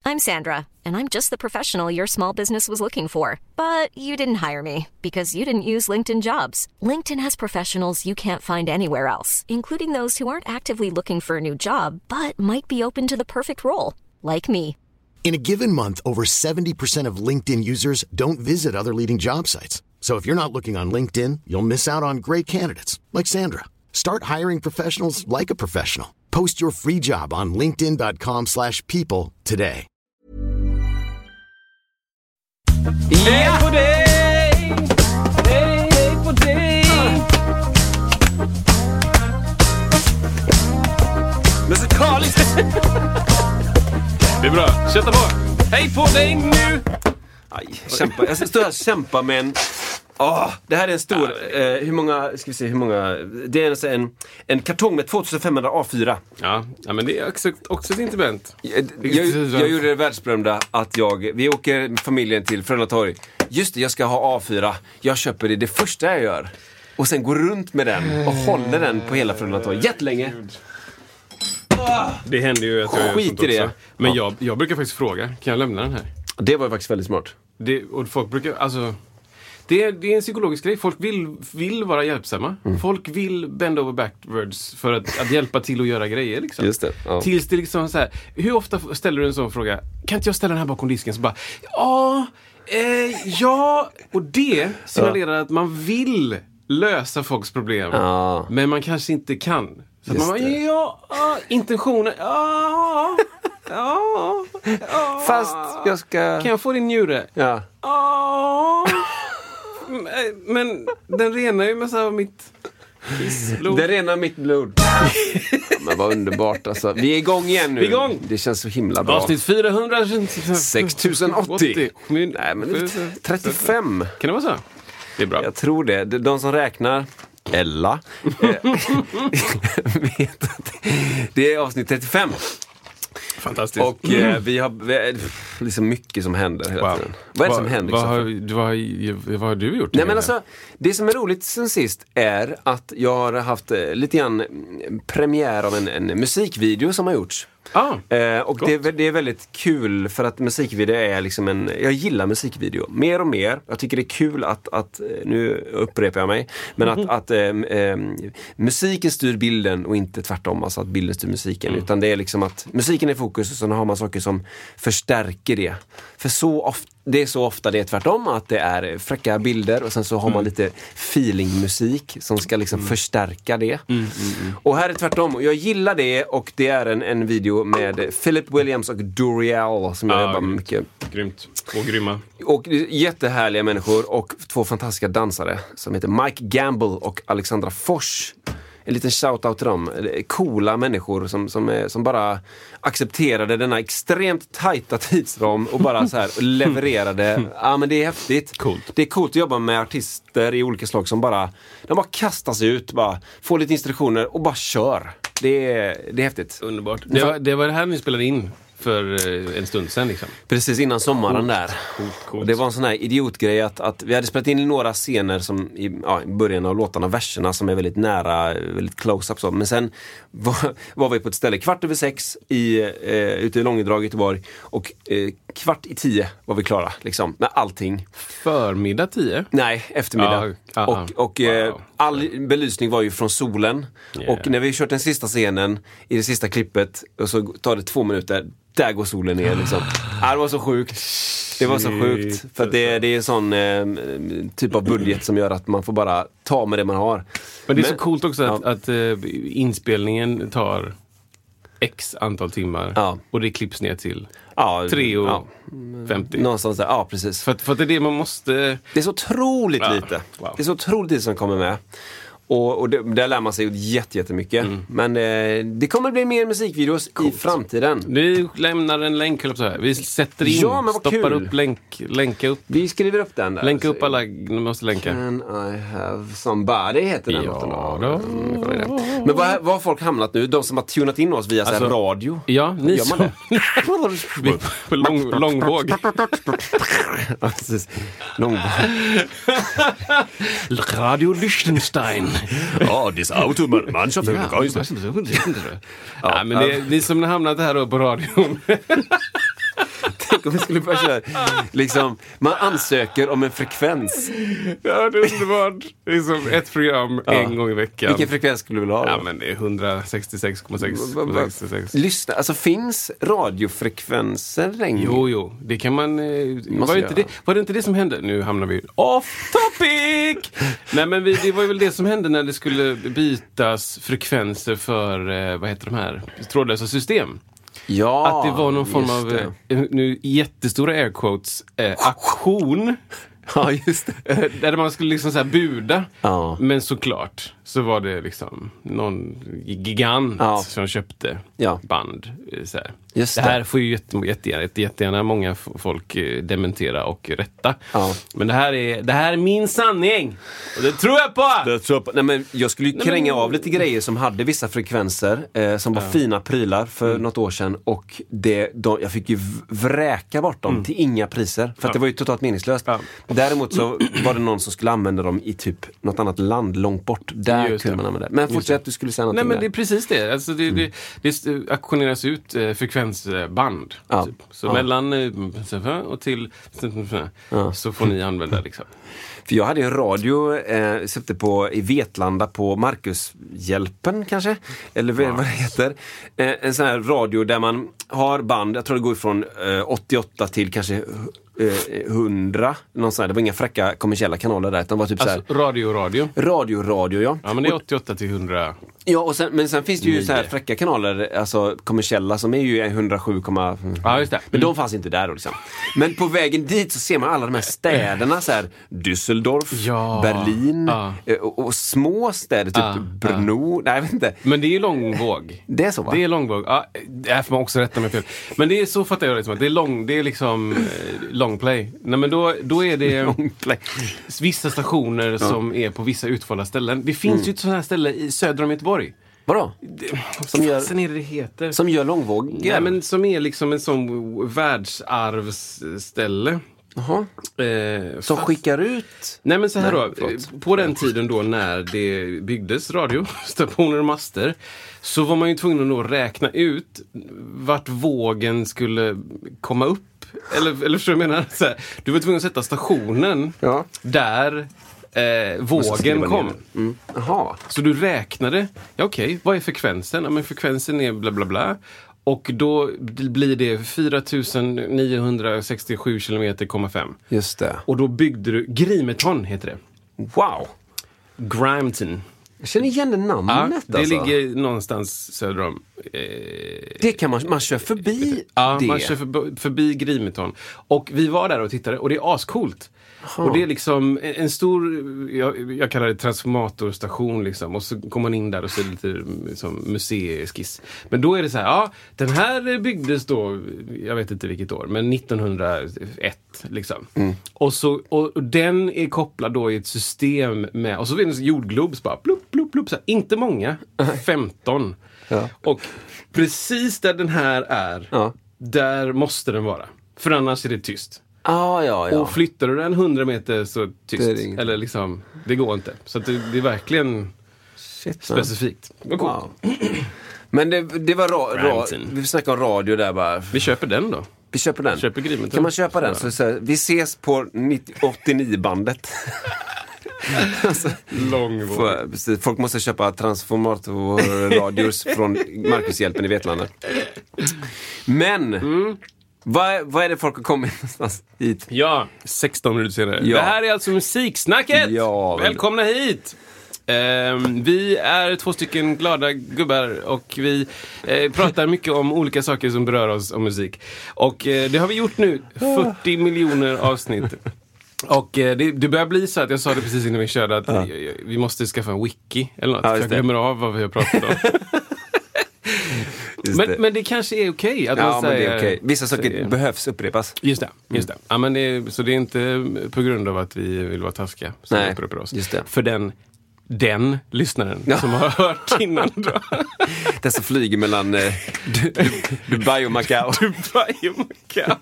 I'm Sandra, and I'm just the professional your small business was looking for. But you didn't hire me because you didn't use LinkedIn Jobs. LinkedIn has professionals you can't find anywhere else, including those who aren't actively looking for a new job, but might be open to the perfect role, like me. In a given month, over 70% of LinkedIn users don't visit other leading job sites. So if you're not looking on LinkedIn, you'll miss out on great candidates like Sandra. Start hiring professionals like a professional. Post your free job on linkedin.com/people today. Hej på dig! Hej på dig! Musikaliskt! Det är bra, sätta på! Hej på dig nu! Aj, kämpa. Jag står här och kämpar med en... det här är en stor... hur många... Ska vi se hur många... Det är en kartong med 2500 A4. Ja, men det är också ett instrument. Jag gjorde det världsberömda att vi åker familjen till Frölunda Torg. Just det, jag ska ha A4. Jag köper det första jag gör. Och sen går runt med den och håller den på hela Frölunda Torg. Jättelänge. Det händer ju att jag skit i det. Också. Men jag brukar faktiskt fråga, kan jag lämna den här? Det var faktiskt väldigt smart. Och folk brukar, alltså... Det är en psykologisk grej. Folk vill vara hjälpsamma. Folk vill bend over backwards för att hjälpa till att göra grejer liksom. Just det. Ja. Tills det liksom så här, hur ofta ställer du en sån fråga? Kan inte jag ställa den här bakom disken? Så bara, ja. Och det signalerar att man vill lösa folks problem. Ja. Men man kanske inte kan. Så att man bara, intentionen. Fast jag ska... Kan jag få din njure? Ja. Men den renar ju med så här mitt kissblod. Det renar mitt blod. Men vad underbart alltså. Vi är igång igen nu. Vi är igång. Det känns så himla bra. Avsnitt 400 6080. Nej, men 35. Kan det vara så? Det är bra. Jag tror det. De som räknar Ella vet att det är avsnitt 35. Fantastiskt. Och vi har liksom mycket som händer hela tiden. Vad är det som händer? Vad har du gjort? Nej, men alltså, det som är roligt sen sist är att jag har haft lite grann premiär av en musikvideo som har gjorts. Och det är väldigt kul för att musikvideo är liksom jag gillar musikvideo mer och mer. Jag tycker det är kul att nu upprepar jag mig, men att musiken styr bilden och inte tvärtom, alltså att bilden styr musiken, utan det är liksom att musiken är fokus och så har man saker som förstärker det. För det är så ofta det är tvärtom, att det är fräcka bilder och sen så har man lite feelingmusik som ska liksom förstärka det. Och här är tvärtom, och jag gillar det, och det är en video med Philip Williams och Dorial som jag jobbar mycket. Grymt. Och grymma. Och jättehärliga människor och två fantastiska dansare som heter Mike Gamble och Alexandra Fors. En liten shoutout till dem. Coola människor som bara accepterade denna extremt tajta tidsram och bara så här levererade. Ja, men det är häftigt. Coolt. Det är coolt att jobba med artister i olika slag som bara kastar sig ut, bara får lite instruktioner och bara kör. Det är häftigt. Underbart. Det var det här ni spelade in för en stund sedan liksom. Precis innan sommaren där. Coolt. Det var en sån här idiotgrej att vi hade spelat in några scener som i början av låtarna, verserna som är väldigt nära, väldigt close-up så. Men sen var vi på ett ställe 6:15 ute i Långedrag i Göteborg, och 9:15 var vi klara liksom med allting. Förmiddag 10? Nej, eftermiddag. Och all belysning var ju från solen. Yeah. Och när vi kört den sista scenen i det sista klippet, och så tar det 2 minuter, där går solen ner liksom. Det var så sjukt. Det var så sjukt. För att det är en sån typ av budget som gör att man får bara ta med det man har. Men det är så coolt också att inspelningen tar x antal timmar och det klipps ner till 3:50. Någonstans där, ja precis. För att det är det man måste... Det är så otroligt lite. Wow. Det är så otroligt lite som kommer med. Och där lär man sig jättemycket. Men det kommer bli mer musikvideos i framtiden. Vi lämnar en länk så här. Vi sätter in, stoppar upp, länka upp. Vi skriver upp den där. Länka upp alla, nu måste länka. Can I have somebody heter den. Ja, men vad har folk hamnat nu? De som har tunat in oss via så här radio. Ja, ni gör man det? På långvåg. Ja, precis. Långvåg. Radio Liechtenstein. Ja, det är auto man kör men det är som har hamnat här då på radion. Tänk om vi skulle börja köra. Liksom, man ansöker om en frekvens. Ja, det är underbart. Det är som ett program en gång i veckan. Vilken frekvens skulle du vilja ha då? Ja, men det är 166,6. Lyssna, alltså finns radiofrekvenser längre? Jo, det kan man... Var det inte det som hände? Nu hamnar vi off topic! Nej, men det var väl det som hände när det skulle bytas frekvenser för, vad heter de här? Trådlösa system. Ja, att det var någon form av, nu jättestora air quotes, aktion. Ja, just det. Där man skulle liksom så här buda. Ja. Men såklart så var det liksom någon gigant som köpte band. Så här. Just det här får ju jättegärna många folk dementera och rätta. Ja. Men det här är min sanning. Och det tror jag på! Nej, men jag skulle ju kränga av lite grejer som hade vissa frekvenser som var fina prylar för något år sedan. Och jag fick ju vräka bort dem till inga priser. För att det var ju totalt meningslöst. Ja. Däremot så var det någon som skulle använda dem i typ något annat land långt bort. Där kunde man använda det. Men fortsätt, du skulle säga någonting. Nej, men det är precis det. Alltså det auktioneras ut frekvensband. Ja. Typ. Så mellan och till så får ni använda liksom. För jag hade en radio i Vetlanda på Marcushjälpen kanske. Eller vad det heter. En sån här radio där man har band. Jag tror det går från 88 till kanske 100 någonstans. Det var inga fräcka kommersiella kanaler där. Det var typ alltså, så här, radio, ja. Ja, men det är 88 till 100. Ja, och men sen finns det ju så här fräcka kanaler, alltså kommersiella, som är ju 107, ja, just det. Men de fanns inte där då liksom. Men på vägen dit så ser man alla de här städerna så här, Düsseldorf, Berlin och små städer, typ Brno, nej jag vet inte. Men det är ju långvåg. Det är så, va? Det är långvåg. Ja, det här får man också rätta mig fel. Men det är så, fattar jag det som att det är liksom longplay. Nej, men då är det vissa stationer som är på vissa utvalda ställen. Det finns ju ett sådant här ställe i söder om Göteborg. Vadå? Sen är det heter. Som gör långvåg? Nej, men som är liksom en sån världsarvsställe. Jaha. Som skickar ut? Nej, men så här då. På den tiden då när det byggdes radiostationer och master, så var man ju tvungen att räkna ut vart vågen skulle komma upp. Eller så jag menar så här, du var tvungen att sätta stationen där vågen kom. Jaha. Så du räknade, vad är frekvensen? Ja, men frekvensen är bla bla bla. Och då blir det 4967 kilometer,5. Just det. Och då byggde du Grimeton, heter det. Wow. Grimeton. Jag känner igen det namnet. Det ligger någonstans söder om. Det kan man kör förbi. Ja, man kör förbi Grimeton. Och vi var där och tittade, och det är ascoolt. Och det är liksom en stor, jag kallar det transformatorstation liksom, och så kommer man in där och ser lite liksom museiskiss. Men då är det så här, den här byggdes då, jag vet inte vilket år, men 1901 liksom. Och den är kopplad då i ett system med, och så finns det jordglobs bara plupp, plupp, plupp, så här, inte många, 15. Ja. Och precis där den här är, där måste den vara. För annars är det tyst. Och flyttar du den 100 meter så tyst. Eller liksom, det går inte. Så att det är verkligen specifikt. Wow. Men det var vi snackade om radio där bara. Vi köper den då. Vi köper den. Köper Grimeton. Kan man köpa den? Så vi ses på 89-bandet. Alltså, folk måste köpa transformatorradios från Marcushjälpen i Vetlanda. Men vad är det folk har kommit någonstans hit? 16 minuter senare. Det här är alltså Musiksnacket. Välkomna hit. Vi är 2 stycken glada gubbar och vi pratar mycket om olika saker som berör oss om musik. Och det har vi gjort nu 40 miljoner avsnitt. Och det börjar bli så att jag sa det precis innan vi körde att vi måste skaffa en wiki eller något. Jag glömmer av vad vi har pratat om. Men det kanske är okej att man säger, men det är okej. Vissa saker behövs upprepas. Just det. Ja, men så det är inte på grund av att vi vill vara taskiga som upprepar oss. Just det. För den den lyssnaren som har hört innan då. Den som flyger mellan Dubai och Macau. Dubai och Macau.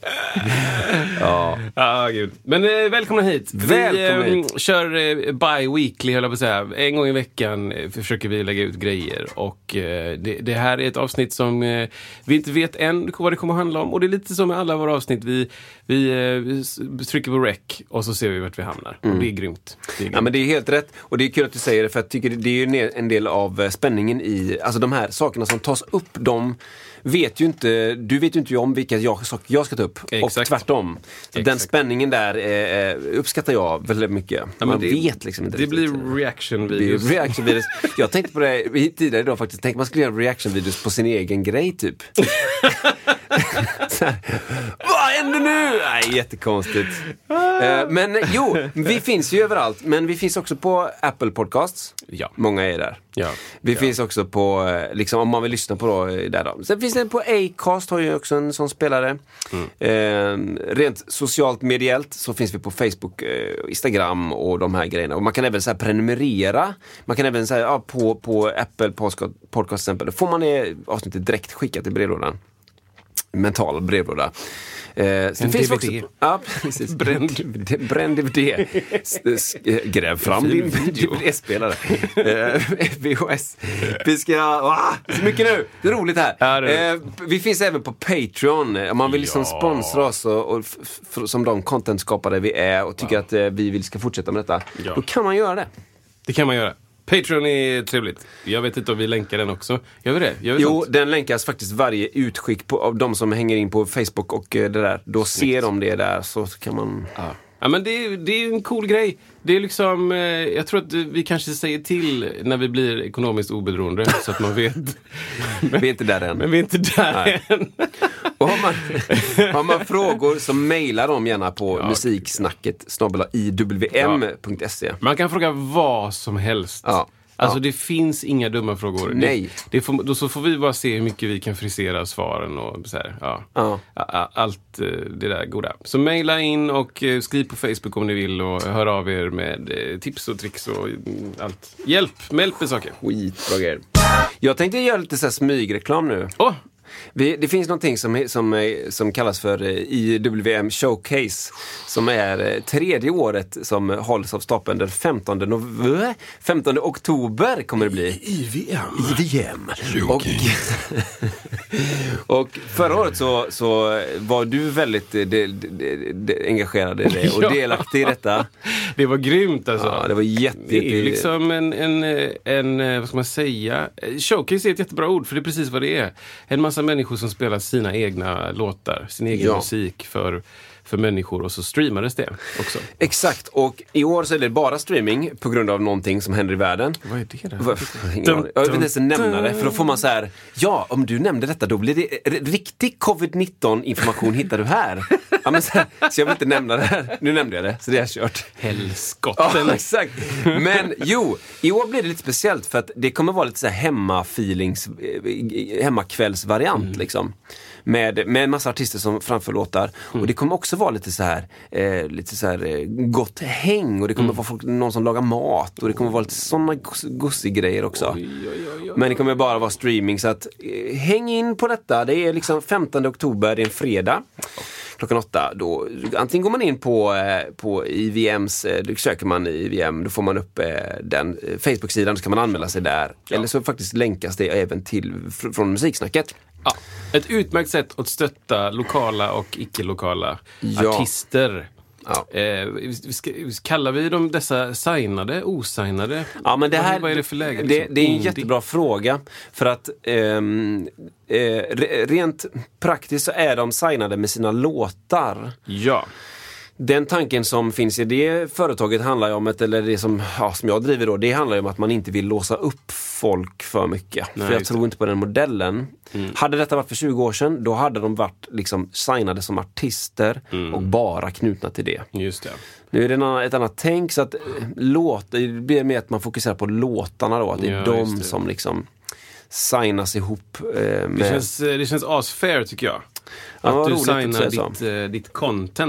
Gud. Men välkomna hit. Vi kör bi-weekly, höll jag på att säga. En gång i veckan försöker vi lägga ut grejer. Och det här är ett avsnitt som vi inte vet än vad det kommer att handla om. Och det är lite som med alla våra avsnitt. Vi trycker på rec och så ser vi vart vi hamnar. Och det är grymt. Ja, men det är helt rätt. Och det är kul att du säger det, för jag tycker det är ju en del av spänningen i, alltså de här sakerna som tas upp, du vet ju inte om vilka saker jag ska ta upp. Exakt. Och tvärtom. Så den spänningen där uppskattar jag väldigt mycket. Ja, man vet liksom inte. Det blir reaction-videos. Jag tänkte på det tidigare idag faktiskt. Tänkte man skulle göra reaction-videos på sin egen grej typ. Vad händer nu? Nej, jättekonstigt. Men jo, vi finns ju överallt. Men vi finns också på Apple Podcasts. Ja. Många är där. Ja. Vi finns också på, liksom, om man vill lyssna på där då. Sen finns det på Acast, har ju också en sån spelare. Rent socialt mediellt så finns vi på Facebook, Instagram och de här grejerna. Och man kan även så här prenumerera. Man kan även säga på Apple Podcast exempel. Då får man det avsnittet direkt skickat i brevlådan. Mental brevlåda. En finns DVD. Också, ja, precis. Bränd DVD. Gräv fram din DVD-spelare. VHS. Vi ska... så mycket nu! Det är roligt här. Ja, vi finns även på Patreon. Om man vill liksom sponsra oss och som de contentskapare vi är och tycker att vi ska fortsätta med detta, då kan man göra det. Det kan man göra. Patreon är trevligt. Jag vet inte om vi länkar den också. Gör vi det? Jo, den länkas faktiskt varje utskick av de som hänger in på Facebook och det där. Då ser de det där, så kan man... Ja, men det är en cool grej. Det är liksom, jag tror att vi kanske säger till när vi blir ekonomiskt oberoende så att man vet. Vi är inte där än. Men vi är inte där än. Och har man frågor så mejlar de gärna på musiksnacket@iwm.se. Man kan fråga vad som helst. Alltså det finns inga dumma frågor. Nej. Då så får vi bara se hur mycket vi kan frisera svaren och så här. Allt det där goda. Så mejla in och skriv på Facebook om ni vill och hör av er med tips och tricks och allt. Hjälp med saker. Skitbra grejer. Jag tänkte göra lite så här smygreklam nu. Det finns någonting som kallas för IWM Showcase, som är tredje året som hålls av stapeln den 15 oktober kommer det bli. IWM. Och förra året så var du väldigt engagerad i det och delaktig i detta. Det var grymt alltså. Ja, det var Det är liksom en vad ska man säga? Showcase är ett jättebra ord, för det är precis vad det är. En massa människor som spelar sina egna låtar, sin egen musik för människor, och så streamades det också. Exakt, och i år så är det bara streaming på grund av någonting som händer i världen. Vad är det där? Jag vill inte ens nämna det, för då får man så här: om du nämnde detta, då blir det riktig covid-19 information hittar du här. Så jag vill inte nämna det här. Nu nämnde jag det, så det är kört. Helskotten. Exakt. Men i år blir det lite speciellt, för att det kommer vara lite så här hemmakvällsvariant liksom. Med en massa artister som framför låtar. Och det kommer också vara lite så här gott häng. Och det kommer vara någon som lagar mat. Och det kommer vara lite sådana gossiga grejer också. Men det kommer bara vara streaming. Så att häng in på detta. Det är liksom 15 oktober, det är en fredag. Klockan 8, då antingen går man in på IWMs, då söker man IWM, då får man upp den Facebook-sidan, så kan man anmäla sig där. Eller så faktiskt länkas det även till från musiksnacket. Ja, ett utmärkt sätt att stötta lokala och icke-lokala artister. Ja. Kallar vi dem dessa signade, osignade? Ja, men det här, vad är det för läge? Det är en jättebra fråga. För att rent praktiskt så är de signade med sina låtar. Ja. Den tanken som finns i det företaget handlar ju om eller det som jag driver då, det handlar ju om att man inte vill låsa upp folk för mycket. Nej, för jag tror inte på den modellen. Hade detta varit för 20 år sedan, då hade de varit liksom signade som artister och bara knutna till det. Just det. Nu är det ett annat tänk, så att det blir mer att man fokuserar på låtarna då, att det är de som liksom signas ihop med... Det känns asfair, tycker jag. Att du signar ditt content.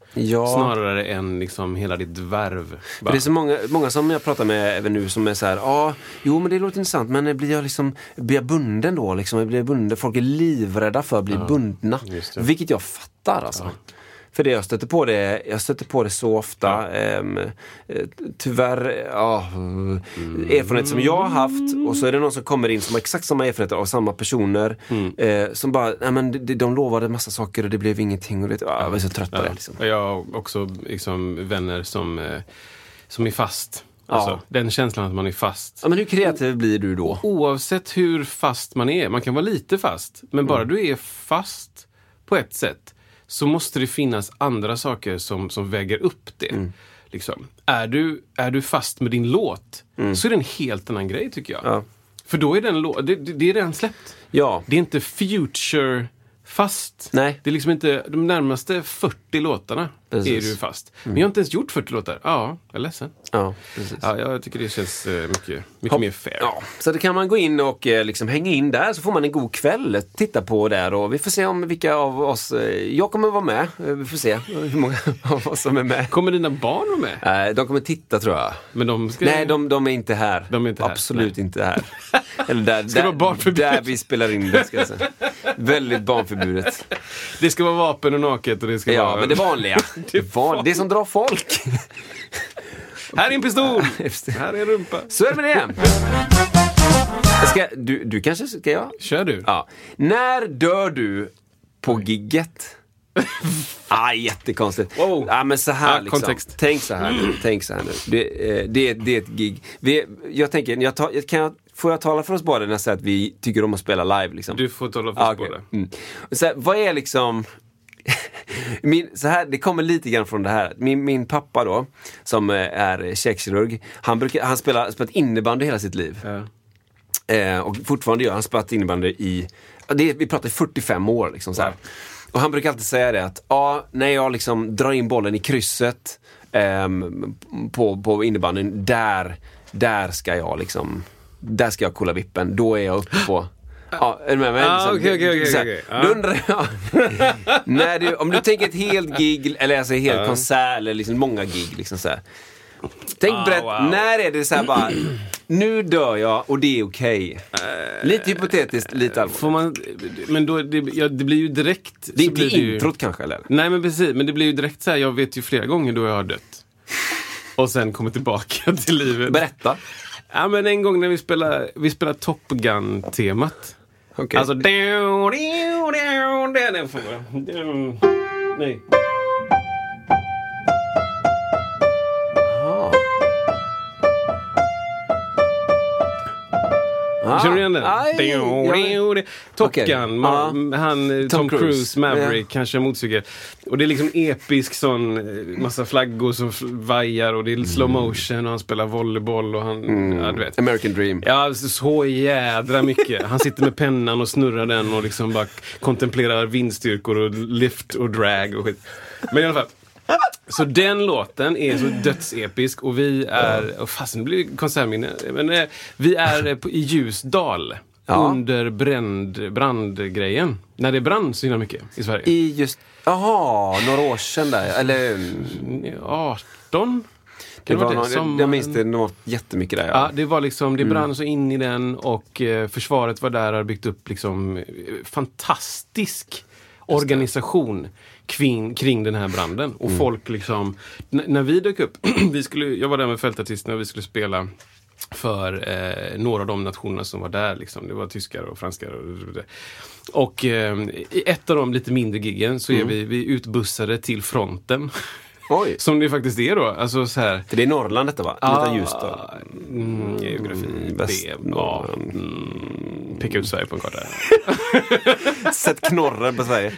snarare än liksom hela ditt värv. Det är så många som jag pratar med även nu som är så här, jo men det låter intressant, men blir jag bunden då liksom, folk är livrädda för att bli bundna, vilket jag fattar alltså. För det jag stöter på det så ofta. Tyvärr, erfarenhet som jag har haft, och så är det någon som kommer in som har exakt samma erfarenheter av samma personer, som bara, nej men de lovade en massa saker och det blev ingenting, och jag var så trött på det liksom. Jag har också liksom vänner som är fast. Alltså, den känslan att man är fast. Ja, men hur kreativ blir du då? Oavsett hur fast man är, man kan vara lite fast, men bara du är fast på ett sätt, så måste det finnas andra saker som väger upp det. Liksom. Är du fast med din låt, så är det en helt annan grej tycker jag. Ja. För då är det är redan släppt. Ja. Det är inte future fast. Nej. Det är liksom inte de närmaste 40 låtarna. Precis. Är du fast. Men jag har inte ens gjort 40 låtar. Ja, jag är ledsen. Ja, precis. Ja, jag tycker det känns mycket mer fair. Ja, så det kan man gå in och liksom hänga in där, så får man en god kväll titta på där, och vi får se om vilka av oss, jag kommer vara med, vi får se hur många av oss som är med. Kommer dina barn vara med? Nej, de kommer titta tror jag. Men Nej, de är inte här. De är inte här. Absolut Nej. inte här. Eller där vi spelar in det, ska jag säga. Väldigt barnförbjudet. Det ska vara vapen och naket, och det ska vara... men det vanliga. Det som drar folk. Här är en pistol. Här är en rumpa. Så är det med det. Du kanske ska jag? Kör du. Ja. När dör du på gigget? Jättekonstigt. Wow. Men så här liksom. Kontext. Tänk så här nu. Det är ett gig. Jag tänker, får jag tala för oss båda när jag säger att vi tycker om att spela live liksom? Du får tala för oss båda. Så här, vad är liksom... så här, det kommer lite grann från det här. Min pappa då, som är käkkirurg, han spelat innebandy hela sitt liv. Och fortfarande gör han spelat innebandy vi pratar 45 år liksom så här. Och han brukar alltid säga det att när jag liksom drar in bollen i krysset på innebandyn, där ska jag liksom, där ska jag kolla vippen, då är jag uppe på. Ja, är du med mig? Okej. Då undrar jag, om du tänker ett helt gig, eller alltså helt konsert, eller liksom många gig liksom så här. Tänk när är det så här bara, nu dör jag och det är okej. Lite hypotetiskt, lite allvarligt. Får man, men då, det blir ju direkt... Det blir introt kanske, eller? Nej, men precis, men det blir ju direkt så här, jag vet ju flera gånger då jag har dött. Och sen kommer tillbaka till livet. Berätta. Ja, men en gång när vi spelar Top Gun-temat. Okay. Alltså... Nej. Känner du igen den? Top Gun, han Tom Cruise, Maverick, kanske motorcykel. Och det är liksom episk sån, massa flaggor som vajar, och det är slow motion, och han spelar volleyboll, och han, du vet. American Dream. Ja, så jädra mycket. Han sitter med pennan och snurrar den och liksom bara kontemplerar vindstyrkor och lift och drag och skit. Men i alla fall, så den låten är så dödsepisk, och vi är, fast det blir konsertminne, men vi är i Ljusdal under brandgrejen. När det brann så himla mycket i Sverige. I just, några år sedan där, eller 18. Jag minns det något jättemycket där. Ja, det var liksom, det brann så in i den, och försvaret var där och byggt upp liksom fantastisk organisation kring den här branden. Och folk liksom, när vi dök upp, jag var där med fältartisterna och vi skulle spela för några av de nationerna som var där liksom. Det var tyskar och franskar och i ett av de lite mindre giggen så är vi utbussade till fronten. Oj. Som det faktiskt är då. Alltså så här. För det är Norrland detta, va? Lite ljust då. Geografi. Picka ut Sverige på en karta. Sätt knorren på Sverige.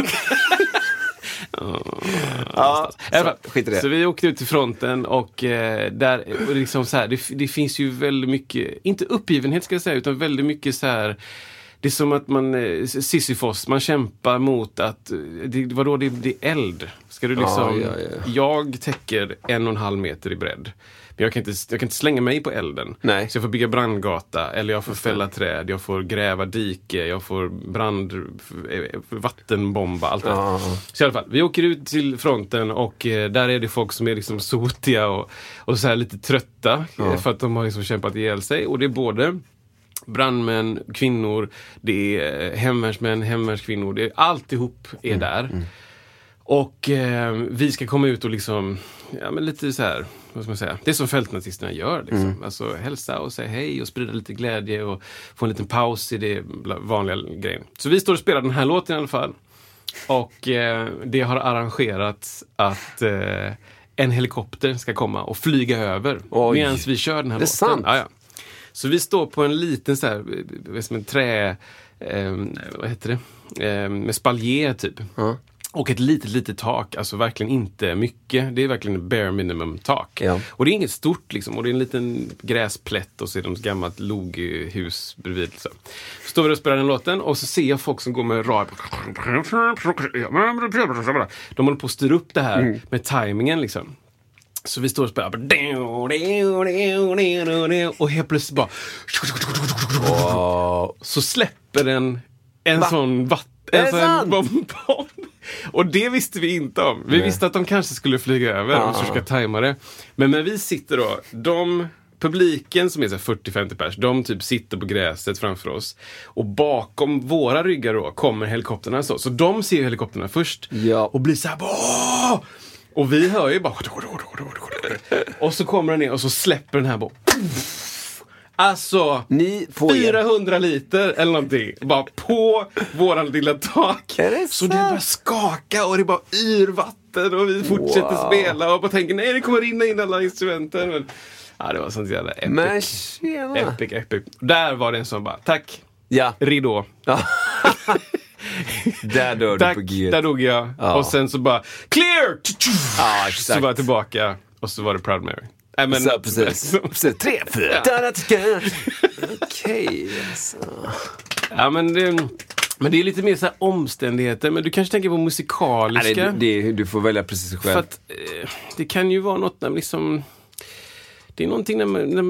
Skit i det. Så vi åkte ut till fronten, och där liksom så här, det finns ju väldigt mycket, inte uppgivenhet ska jag säga, utan väldigt mycket så här det är som att man Sisyfos, man kämpar mot att det är eld. Ska du liksom jag täcker 1,5 meter i bredd. Men jag kan inte slänga mig på elden. Nej. Så jag får bygga brandgata, eller jag får fälla träd, jag får gräva dike, jag får vattenbomba, allt det. Så i alla fall, vi åker ut till fronten och där är det folk som är liksom sotiga och så här lite trötta för att de har liksom kämpat ihjäl sig. Och det är både brandmän, kvinnor, det är hemvärnsmän, hemvärnskvinnor, det är alltihop är där. Och vi ska komma ut och liksom, men lite så här, vad ska man säga, det är som fältnazisterna gör liksom. Alltså hälsa och säga hej och sprida lite glädje och få en liten paus i det vanliga grejen. Så vi står och spelar den här låten i alla fall. Och det har arrangerats att en helikopter ska komma och flyga över medan vi kör den här låten. Sant? Ja. Så vi står på en liten så här, som en trä, vad heter det? Med spaljer typ. Och ett litet tak, alltså verkligen inte mycket. Det är verkligen bare minimum tak. Ja. Och det är inget stort liksom. Och det är en liten gräsplätt och så är det ett gammalt loghus bredvid. Så står vi och spelar den låten och så ser jag folk som går med rad. De håller på att styra upp det här med tajmingen liksom. Så vi står och spelar och helt plötsligt bara så släpper den en sån bomb. Och det visste vi inte om. Vi visste att de kanske skulle flyga över och försöka tajma det. Men när vi sitter då, publiken som är så 40-50 pers, de typ sitter på gräset framför oss. Och bakom våra ryggar då kommer helikopterna så de ser ju helikopterna först och blir så här Åh! Och vi hör ju bara och så kommer den ner och så släpper den här bara alltså 400 liter eller någonting bara på våran lilla tak. Så det börjar skaka och det bara yrvatten och vi fortsätter spela och bara tänker nej det kommer rinna in alla instrumenten. Men det var sånt jävla epic. Epic. Där var det en som bara tack. Ja. Ridå. Ja. Där dör du på G. Där dog jag. Och sen så bara clear. Så var jag tillbaka och så var det Proud Mary. Men så, precis. 3, 4. Okej. Ja, men det är lite mer så här omständigheter. Men du kanske tänker på musikaliska. Du får välja precis själv. För att det kan ju vara något när liksom det är någonting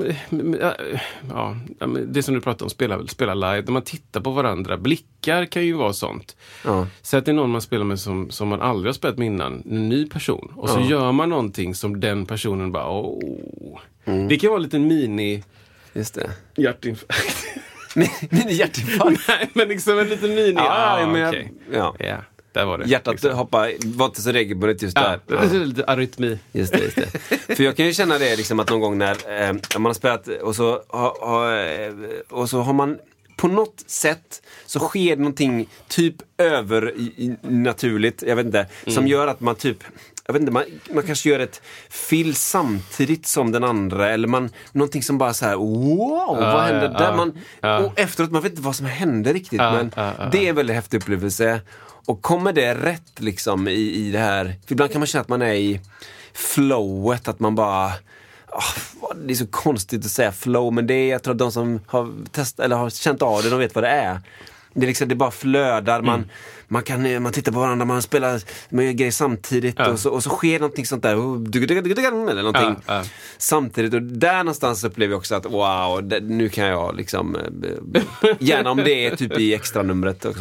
det som du pratar om, spela live. När man tittar på varandra, blickar kan ju vara sånt. Så att det är någon man spelar med som man aldrig har spelat med innan, en ny person. Och så gör man någonting som den personen bara, Det kan vara en liten mini... Just det. Hjärtinfarkt. Mini-hjärtinfarkt? Nej, men liksom en liten mini... okej. Ja. Där var det. Hjärtat liksom. Var inte så regelbundet just där. Det är lite arytmi. Just det. För jag kan ju känna det liksom att någon gång när man har spelat och så har man på något sätt så sker någonting typ övernaturligt, jag vet inte, som gör att man typ, jag vet inte, man kanske gör ett fill samtidigt som den andra, eller någonting som bara så här, vad hände där? Och efteråt, man vet inte vad som hände riktigt, men det är en väldigt häftig upplevelse. Och kommer det rätt liksom i det här, för ibland kan man känna att man är i flowet, att man bara det är så konstigt att säga flow, men det är, jag tror att de som har testat eller har känt av det, de vet vad det är. Det är liksom, det bara flödar, man tittar på varandra, man spelar med grejer samtidigt och så sker någonting sånt där eller någonting samtidigt, och där någonstans upplever jag också att nu kan jag liksom gärna om det är typ i extra numret också.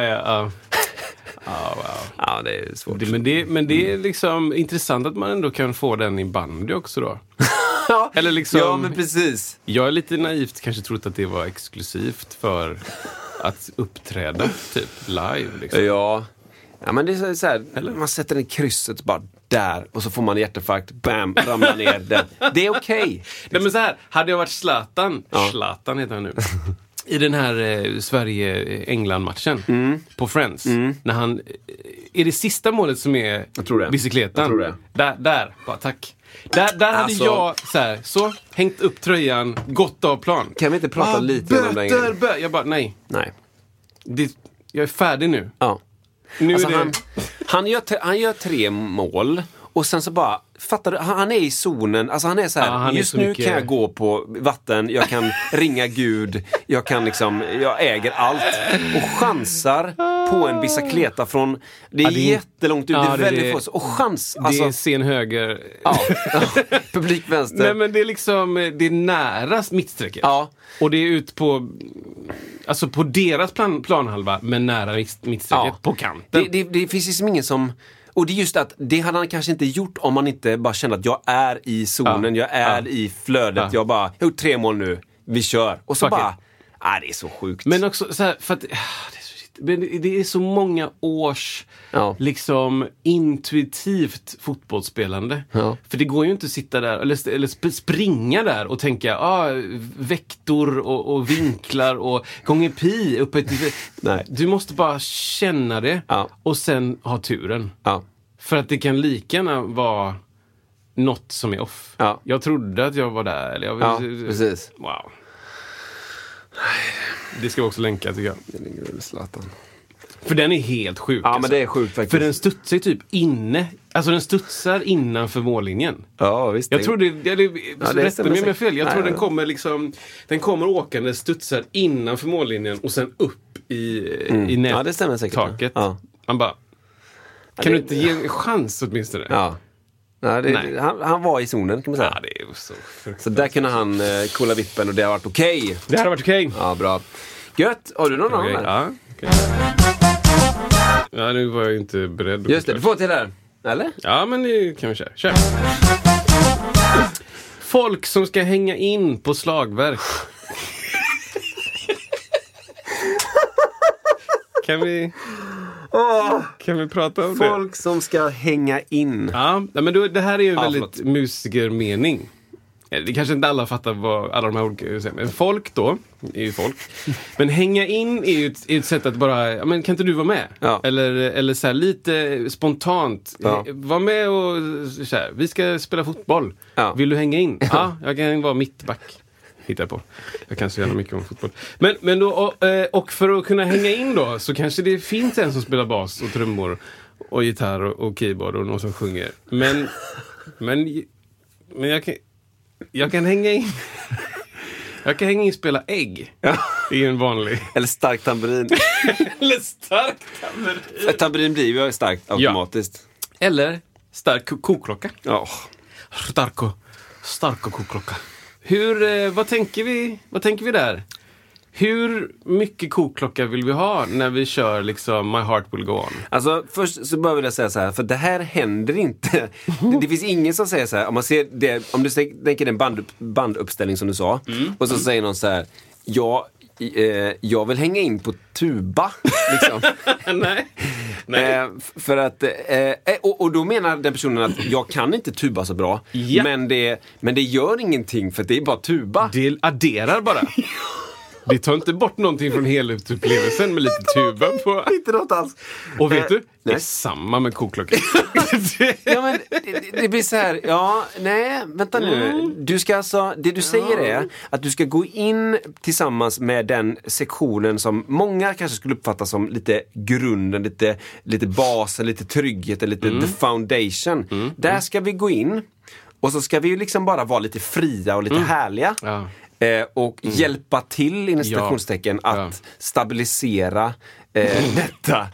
Ja, det är svårt. Men det är liksom intressant att man ändå kan få den i bandy också då. Eller liksom, ja, men precis. Jag är lite naivt kanske trott att det var exklusivt för att uppträda typ live liksom. Ja, men det är så här, man sätter en krysset bara där och så får man hjärtinfarkt, bam, ramlar ner där. Det är okej. Nej, men så här, hade jag varit Zlatan heter han nu. I den här Sverige-England-matchen på Friends. När han... Är det sista målet som är bicykletan? Jag tror det. Där, bara tack. Där hade jag så hängt upp tröjan, gått av plan. Kan vi inte prata lite om den grejen? Jag bara, nej. Jag är färdig nu. Ja. Nu alltså är det... han gör 3 mål Och sen så bara, fattar du, han är i zonen, alltså han är så här, just så nu mycket... kan jag gå på vatten, jag kan ringa Gud, jag kan liksom, jag äger allt. Och chansar på en bicicleta från, det är jättelångt ut, det är väldigt få, och chans. Alltså, det är sen höger. Ja, publik vänster. Nej, men det är liksom, det är nära mittsträcket. Ja. Och det är ut på, alltså på deras planhalva, men nära mittsträcket, på kanten. Det finns liksom ingen som... Och det är just att det hade han kanske inte gjort om man inte bara kände att jag är i zonen, jag är i flödet, jag bara, jag har gjort 3 mål nu, vi kör. Och så bara, det är så sjukt. Men också så här, för att det är så många års liksom intuitivt fotbollsspelande. Ja. För det går ju inte att sitta där eller springa där och tänka vektor och vinklar och gånger pi uppe ett... Nej. Du måste bara känna det och sen ha turen. Ja. För att det kan lika gärna vara något som är off. Ja. Jag trodde att jag var där. Eller precis. Wow. Det ska vi också länka, tycker jag. Det ligger under Zlatan. För den är helt sjuk. Ja, men det är sjukt faktiskt. För den studsar typ inne. Alltså den studsar innanför mållinjen. Ja, visst. Jag tror rätta mig med fel. Jag tror den kommer liksom... Den kommer åkande, studsar innanför mållinjen och sen upp i nät. Ja, det stämmer säkert. Taket. Ja. Man bara... Kan du inte ge en chans åtminstone? Ja. Nej. Han var i zonen, kan man säga. Ja, det är så där kunde han kolla vippen och det har varit okej. Det har varit okej. Ja, bra. Gött. Har du någon annan? Ja, okej. Ja, nu var jag inte beredd. Just det, du får till där. Eller? Ja, men det kan vi köra. Kör. Folk som ska hänga in på slagverk. Kan vi prata om folk som ska hänga in. Ja, men det här är ju väldigt musikermening. Det kanske inte alla fattar vad alla de här olika säger. Men folk då, är ju folk. Men hänga in är ju ett sätt att bara, men kan inte du vara med? Ja. Eller så här, lite spontant. Ja. Var med och så här, vi ska spela fotboll. Ja. Vill du hänga in? Ja, jag kan vara mittback. Hittar på. Jag kan så gärna mycket om fotboll. Men då, och för att kunna hänga in då, så kanske det finns en som spelar bas och trummor och gitarr och keyboard och någon som sjunger. Men jag kan hänga in. Jag kan hänga in och spela ägg. Ja. Det är en vanlig. Eller stark tamburin. Eller stark tamburin. Tamburin blir ju starkt automatiskt. Ja. Eller stark koklocka. Ja. Stark koklocka. Vad tänker vi där? Hur mycket kokklocka vill vi ha när vi kör liksom My Heart Will Go On? Alltså först så bör jag säga så här, för det här händer inte. Det finns ingen som säger så här, om du tänker den banduppställning som du sa, och så säger någon så här, jag vill hänga in på tuba liksom. Nej. För att och då menar den personen att jag kan inte tuba så bra, men det gör ingenting för det är bara tuba. Det adderar bara. Det tar inte bort någonting från helhetsupplevelsen med lite tuba på. Inte något alls. Och vet du? Det är samma med kokklockan. Ja, men det blir så här. Vänta nu. Du ska alltså, det du säger är att du ska gå in tillsammans med den sektionen som många kanske skulle uppfatta som lite grunden, lite basen, lite trygghet, lite the foundation. Där ska vi gå in och så ska vi ju liksom bara vara lite fria och lite härliga. Ja. Och hjälpa till inom citationstecken att stabilisera detta.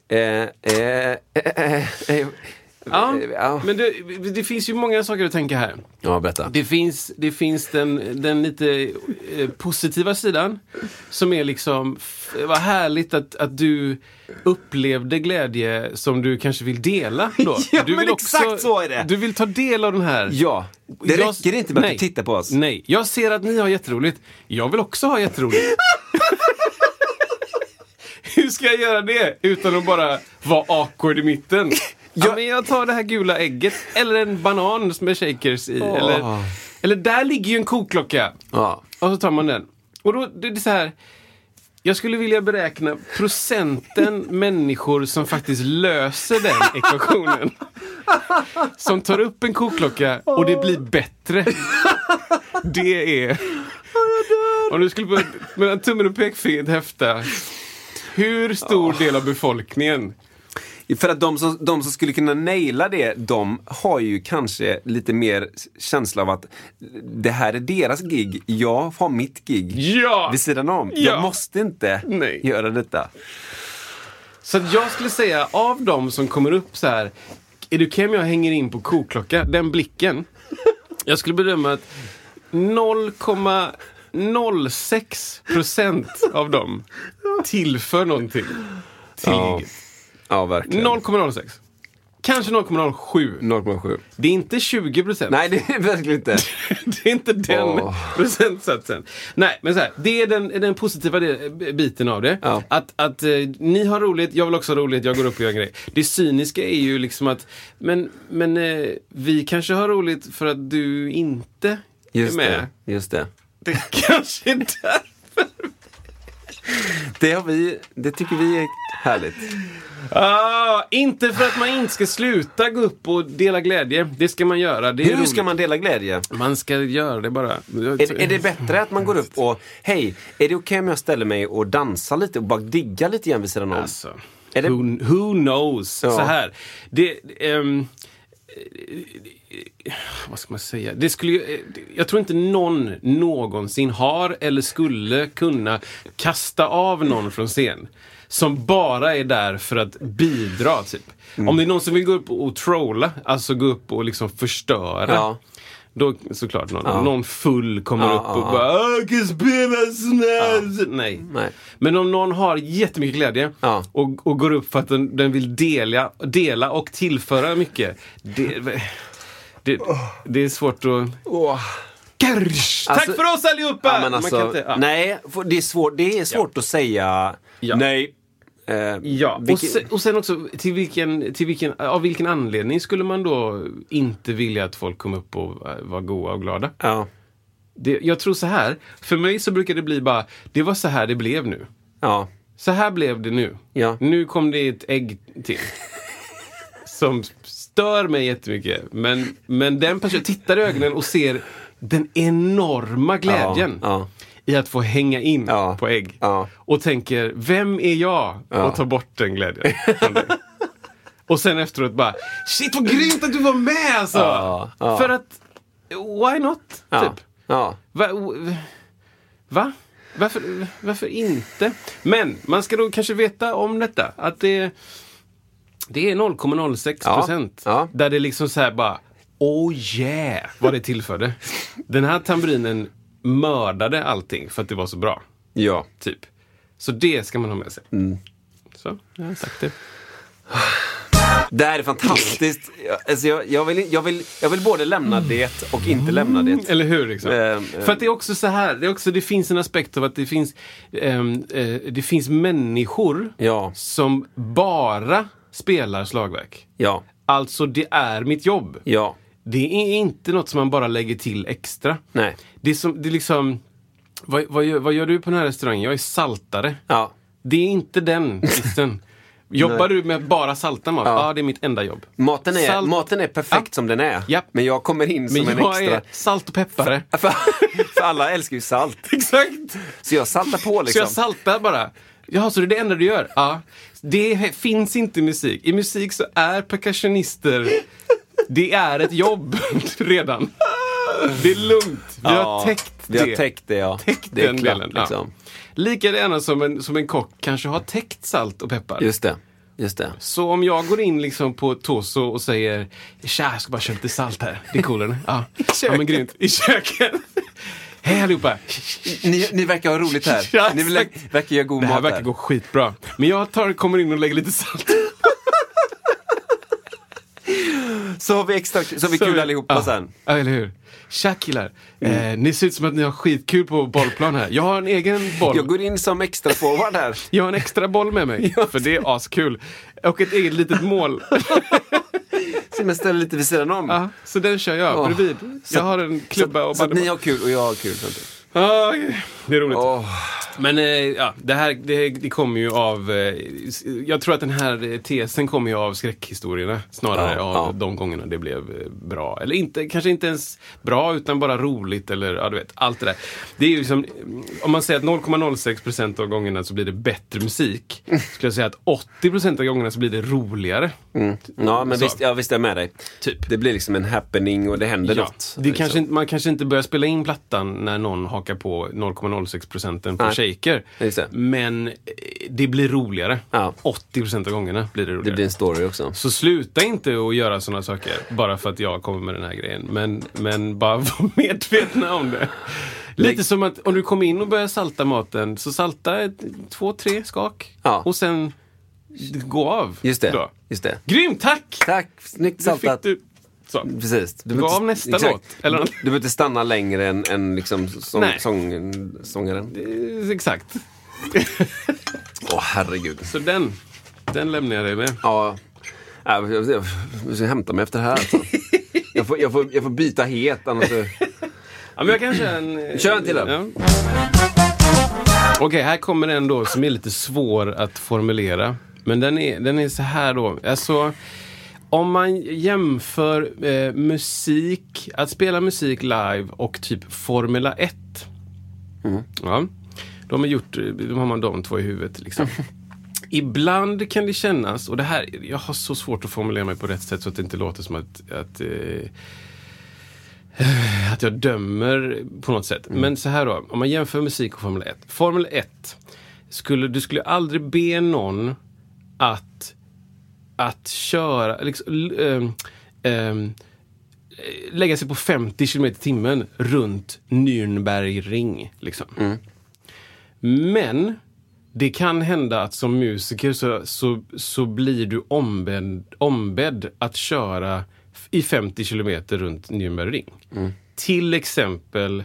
Men det finns ju många saker att tänka här. Ja, berätta. Det finns den lite positiva sidan som är liksom, vad härligt att du upplevde glädje som du kanske vill dela då. Ja, du vill exakt också, så är det. Du vill ta del av den här. Ja, det räcker inte med att du tittar på oss. Nej, jag ser att ni har jätteroligt. Jag vill också ha jätteroligt. Hur ska jag göra det utan att bara vara awkward i mitten? Men jag tar det här gula ägget eller en banan med shakers i eller där ligger ju en kokklocka. Och så tar man den. Och då det är så här, jag skulle vilja beräkna procenten människor som faktiskt löser den ekvationen. Som tar upp en kokklocka och det blir bättre. Det är... Om du skulle mellan tummen och pekfingret häfta, hur stor del av befolkningen För att de som skulle kunna naila det, de har ju kanske lite mer känsla av att det här är deras gig. Jag har mitt gig vid sidan om. Jag måste inte göra detta. Så jag skulle säga, av de som kommer upp så här, är du okej om jag hänger in på koklocka? Den blicken. Jag skulle bedöma att 0,06% av dem tillför någonting till giget. Ja, verkligen. 0,06. Kanske 0,07. Det är inte 20%. Nej, det är verkligen inte. Det är inte den procentsatsen. Nej, men så här, det är den positiva biten av det. Ja. Att ni har roligt, jag vill också ha roligt, jag går upp och gör en grej. Det cyniska är ju liksom att men vi kanske har roligt för att du inte är med. Just det. Det kanske är därför. Det tycker vi är härligt. Inte för att man inte ska sluta gå upp och dela glädje. Det ska man göra. Hur ska man dela glädje? Man ska göra det bara. Är det bättre att man går upp och hej, är det okej om jag ställer mig och dansar lite och bara digga lite igen vid sidan om? Alltså, who knows? Ja. Så här. Vad ska man säga? Jag tror inte någon någonsin har eller skulle kunna kasta av någon från scen som bara är där för att bidra typ. Om det är någon som vill gå upp och trolla, alltså gå upp och liksom förstöra, då såklart någon full kommer upp och bara kan spela snäll. Nej. Men om någon har jättemycket glädje och går upp för att den vill dela och tillföra mycket, det är svårt att... Tack för oss allihopa! Ja, alltså, nej, det är svårt att säga nej. Och sen också av vilken anledning skulle man då inte vilja att folk kom upp och var goda och glada? Ja. Jag tror så här, för mig så brukar det bli bara, det var så här det blev nu. Ja. Så här blev det nu. Ja. Nu kom det ett ägg till. Som stör mig jättemycket. Men den personen tittar i ögonen och ser den enorma glädjen i att få hänga in på ägg. Och tänker, vem är jag att ta bort den glädjen? Och sen efteråt bara, shit vad grymt att du var med alltså! För att, why not? Typ. Va? Varför inte? Men man ska då kanske veta om detta. Att det är 0,06%. Där det liksom så här bara, oh yeah, vad det tillförde. Den här tamburinen mördade allting för att det var så bra. Ja. Typ. Så det ska man ha med sig. Så, jag har sagt det. Det här är fantastiskt. Alltså jag vill både lämna det och inte lämna det. Eller hur liksom? För att det är också så här, det finns en aspekt av att det finns människor som bara spelar slagverk. Ja. Alltså det är mitt jobb. Ja. Det är inte något som man bara lägger till extra. Nej. Det är liksom vad gör du på den här restaurangen? Jag är saltare. Ja. Det är inte den listen. Jobbar du med bara salta mat? Ja, det är mitt enda jobb. Maten är perfekt som den är. Japp. Men jag kommer in som en extra. Men jag är salt och peppare. För alla älskar ju salt. Exakt. Så jag saltar på liksom. Så jag saltar bara. Ja, så det är det enda du gör? Ja. Det finns inte i musik. I musik så är percussionister, det är ett jobb redan. Det är lugnt. Vi har täckt det. Vi har täckt det, ja. Täckt det den delen. Liksom. Lika gärna som en kock kanske har täckt salt och peppar. Just det. Så om jag går in liksom på Toso och säger, tja, jag ska bara köra lite salt här. Det är cool, ja. Ja, men grymt. I köket. Hej allihopa. Ni verkar ha roligt här. Ja, ni verkar göra god mat här. Det här verkar gå skitbra. Men jag kommer in och lägger lite salt. Så har vi kul allihopa sen. Ja, eller hur? Tja killar. Ni ser ut som att ni har skitkul på bollplan här. Jag har en egen boll. Jag går in som extra forward här. Jag har en extra boll med mig. För det är askul. Och ett eget litet mål. Så man ställer lite vid sidan om. Ja, så den kör jag bredvid. Jag har en klubba och så att ni har kul och jag har kul. Det är roligt. Men ja, det kommer ju av... jag tror att den här tesen kommer ju av skräckhistorierna snarare av de gångerna det blev bra. Eller inte, kanske inte ens bra utan bara roligt eller ja, du vet, allt det där. Det är ju liksom, om man säger att 0,06% av gångerna så blir det bättre musik, skulle jag säga att 80% av gångerna så blir det roligare. Ja, men visst är jag med dig. Typ. Det blir liksom en happening och det händer något. Det kanske, man kanske inte börjar spela in plattan när någon hakar på 0,06% på shaker. Men det blir roligare. 80% av gångerna blir det roligare. Det blir en story också. Så sluta inte att göra sådana saker bara för att jag kommer med den här grejen. Men bara var medvetna om det. Lite som att om du kommer in och börjar salta maten, så salta 2-3 skak. Och sen gå av. Just det. Grymt, tack! Tack, snyggt saltat. Så. Precis. Du går av nästa låt. Eller? Du behöver inte stanna längre än liksom sångaren. Exakt. Herregud. Så den lämnar jag dig med. Ja. Jag ska hämta mig efter det här. Alltså. jag får byta het. Annars så... Ja, men jag kan köra en... Kör en till den. Ja. Okej, här kommer en då som är lite svår att formulera. Men den är så här då. Alltså, om man jämför musik, att spela musik live och typ Formula 1. Ja, de har man de två i huvudet liksom. Ibland kan det kännas, och det här, jag har så svårt att formulera mig på rätt sätt så att det inte låter som att jag dömer på något sätt. Men så här då, om man jämför musik och Formel 1. Formel 1, du skulle aldrig be någon att köra liksom, lägga sig på 50 km/h runt Nürnbergring liksom. Men det kan hända att som musiker så blir du ombedd att köra i 50 kilometer runt Nürnbergring. Till exempel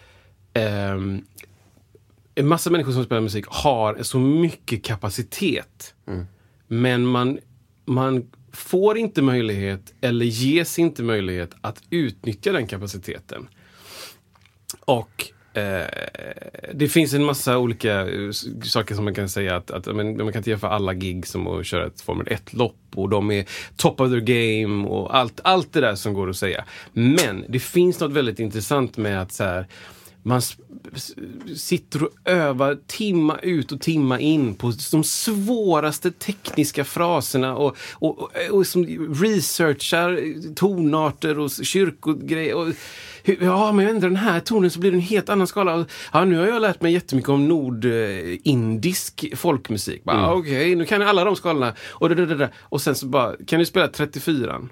en massa människor som spelar musik har så mycket kapacitet. Men man får inte möjlighet eller ges inte möjlighet att utnyttja den kapaciteten. Och det finns en massa olika saker som man kan säga att man kan inte jämföra alla gig som att köra ett Formel 1-lopp och de är top of their game och allt det där som går att säga. Men det finns något väldigt intressant med att så här, man sitter och övar timma ut och timma in på de svåraste tekniska fraserna och som researchar tonarter och kyrkogrejer och men jag ändrar den här tonen så blir det en helt annan skala. Ja, nu har jag lärt mig jättemycket om nordindisk folkmusik. Okej, nu kan jag alla de skalorna. Och sen så bara, kan du spela 34?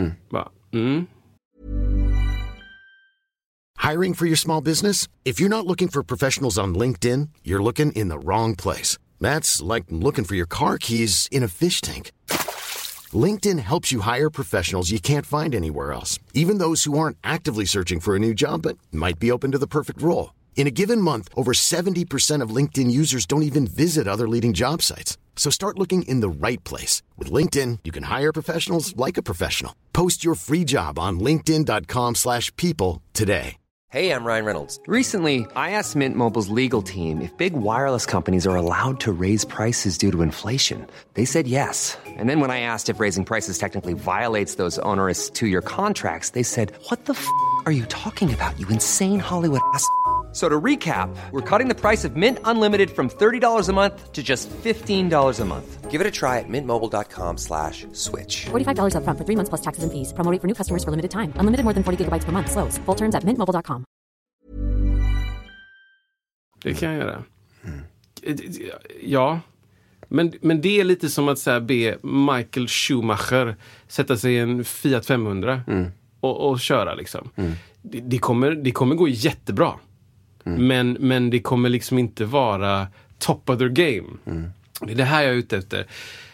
Hiring for your small business? If you're not looking for professionals on LinkedIn, you're looking in the wrong place. That's like looking for your car keys in a fish tank. LinkedIn helps you hire professionals you can't find anywhere else, even those who aren't actively searching for a new job but might be open to the perfect role. In a given month, over 70% of LinkedIn users don't even visit other leading job sites. So start looking in the right place. With LinkedIn, you can hire professionals like a professional. Post your free job on linkedin.com/people today. Hey, I'm Ryan Reynolds. Recently, I asked Mint Mobile's legal team if big wireless companies are allowed to raise prices due to inflation. They said yes. And then when I asked if raising prices technically violates those onerous 2-year contracts, they said, "What the f*** are you talking about, you insane Hollywood ass?" So to recap, we're cutting the price of Mint Unlimited from $30 a month to just $15 a month. Give it a try at mintmobile.com/switch. $45 up front for 3 months plus taxes and fees. Promo rate for new customers for limited time. Unlimited more than 40 gigabytes per month. Slows full terms at mintmobile.com. Det kan jag göra. Ja. Men det är lite som att så här, be Michael Schumacher sätta sig i en Fiat 500 och köra liksom. Det kommer gå jättebra. Men det kommer liksom inte vara top of their game. Det är det här jag är ute efter.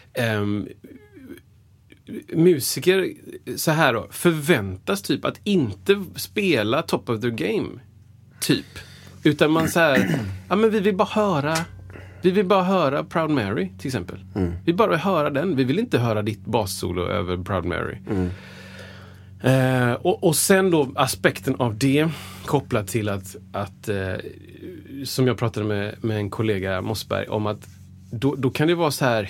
Musiker så här då, förväntas typ att inte spela top of their game typ. Utan man så här, ja men vi vill bara höra Proud Mary till exempel. Vi bara höra den. Vi vill inte höra ditt bassolo över Proud Mary. Och sen då aspekten av det kopplat till att som jag pratade med en kollega Mossberg om att då kan det vara så här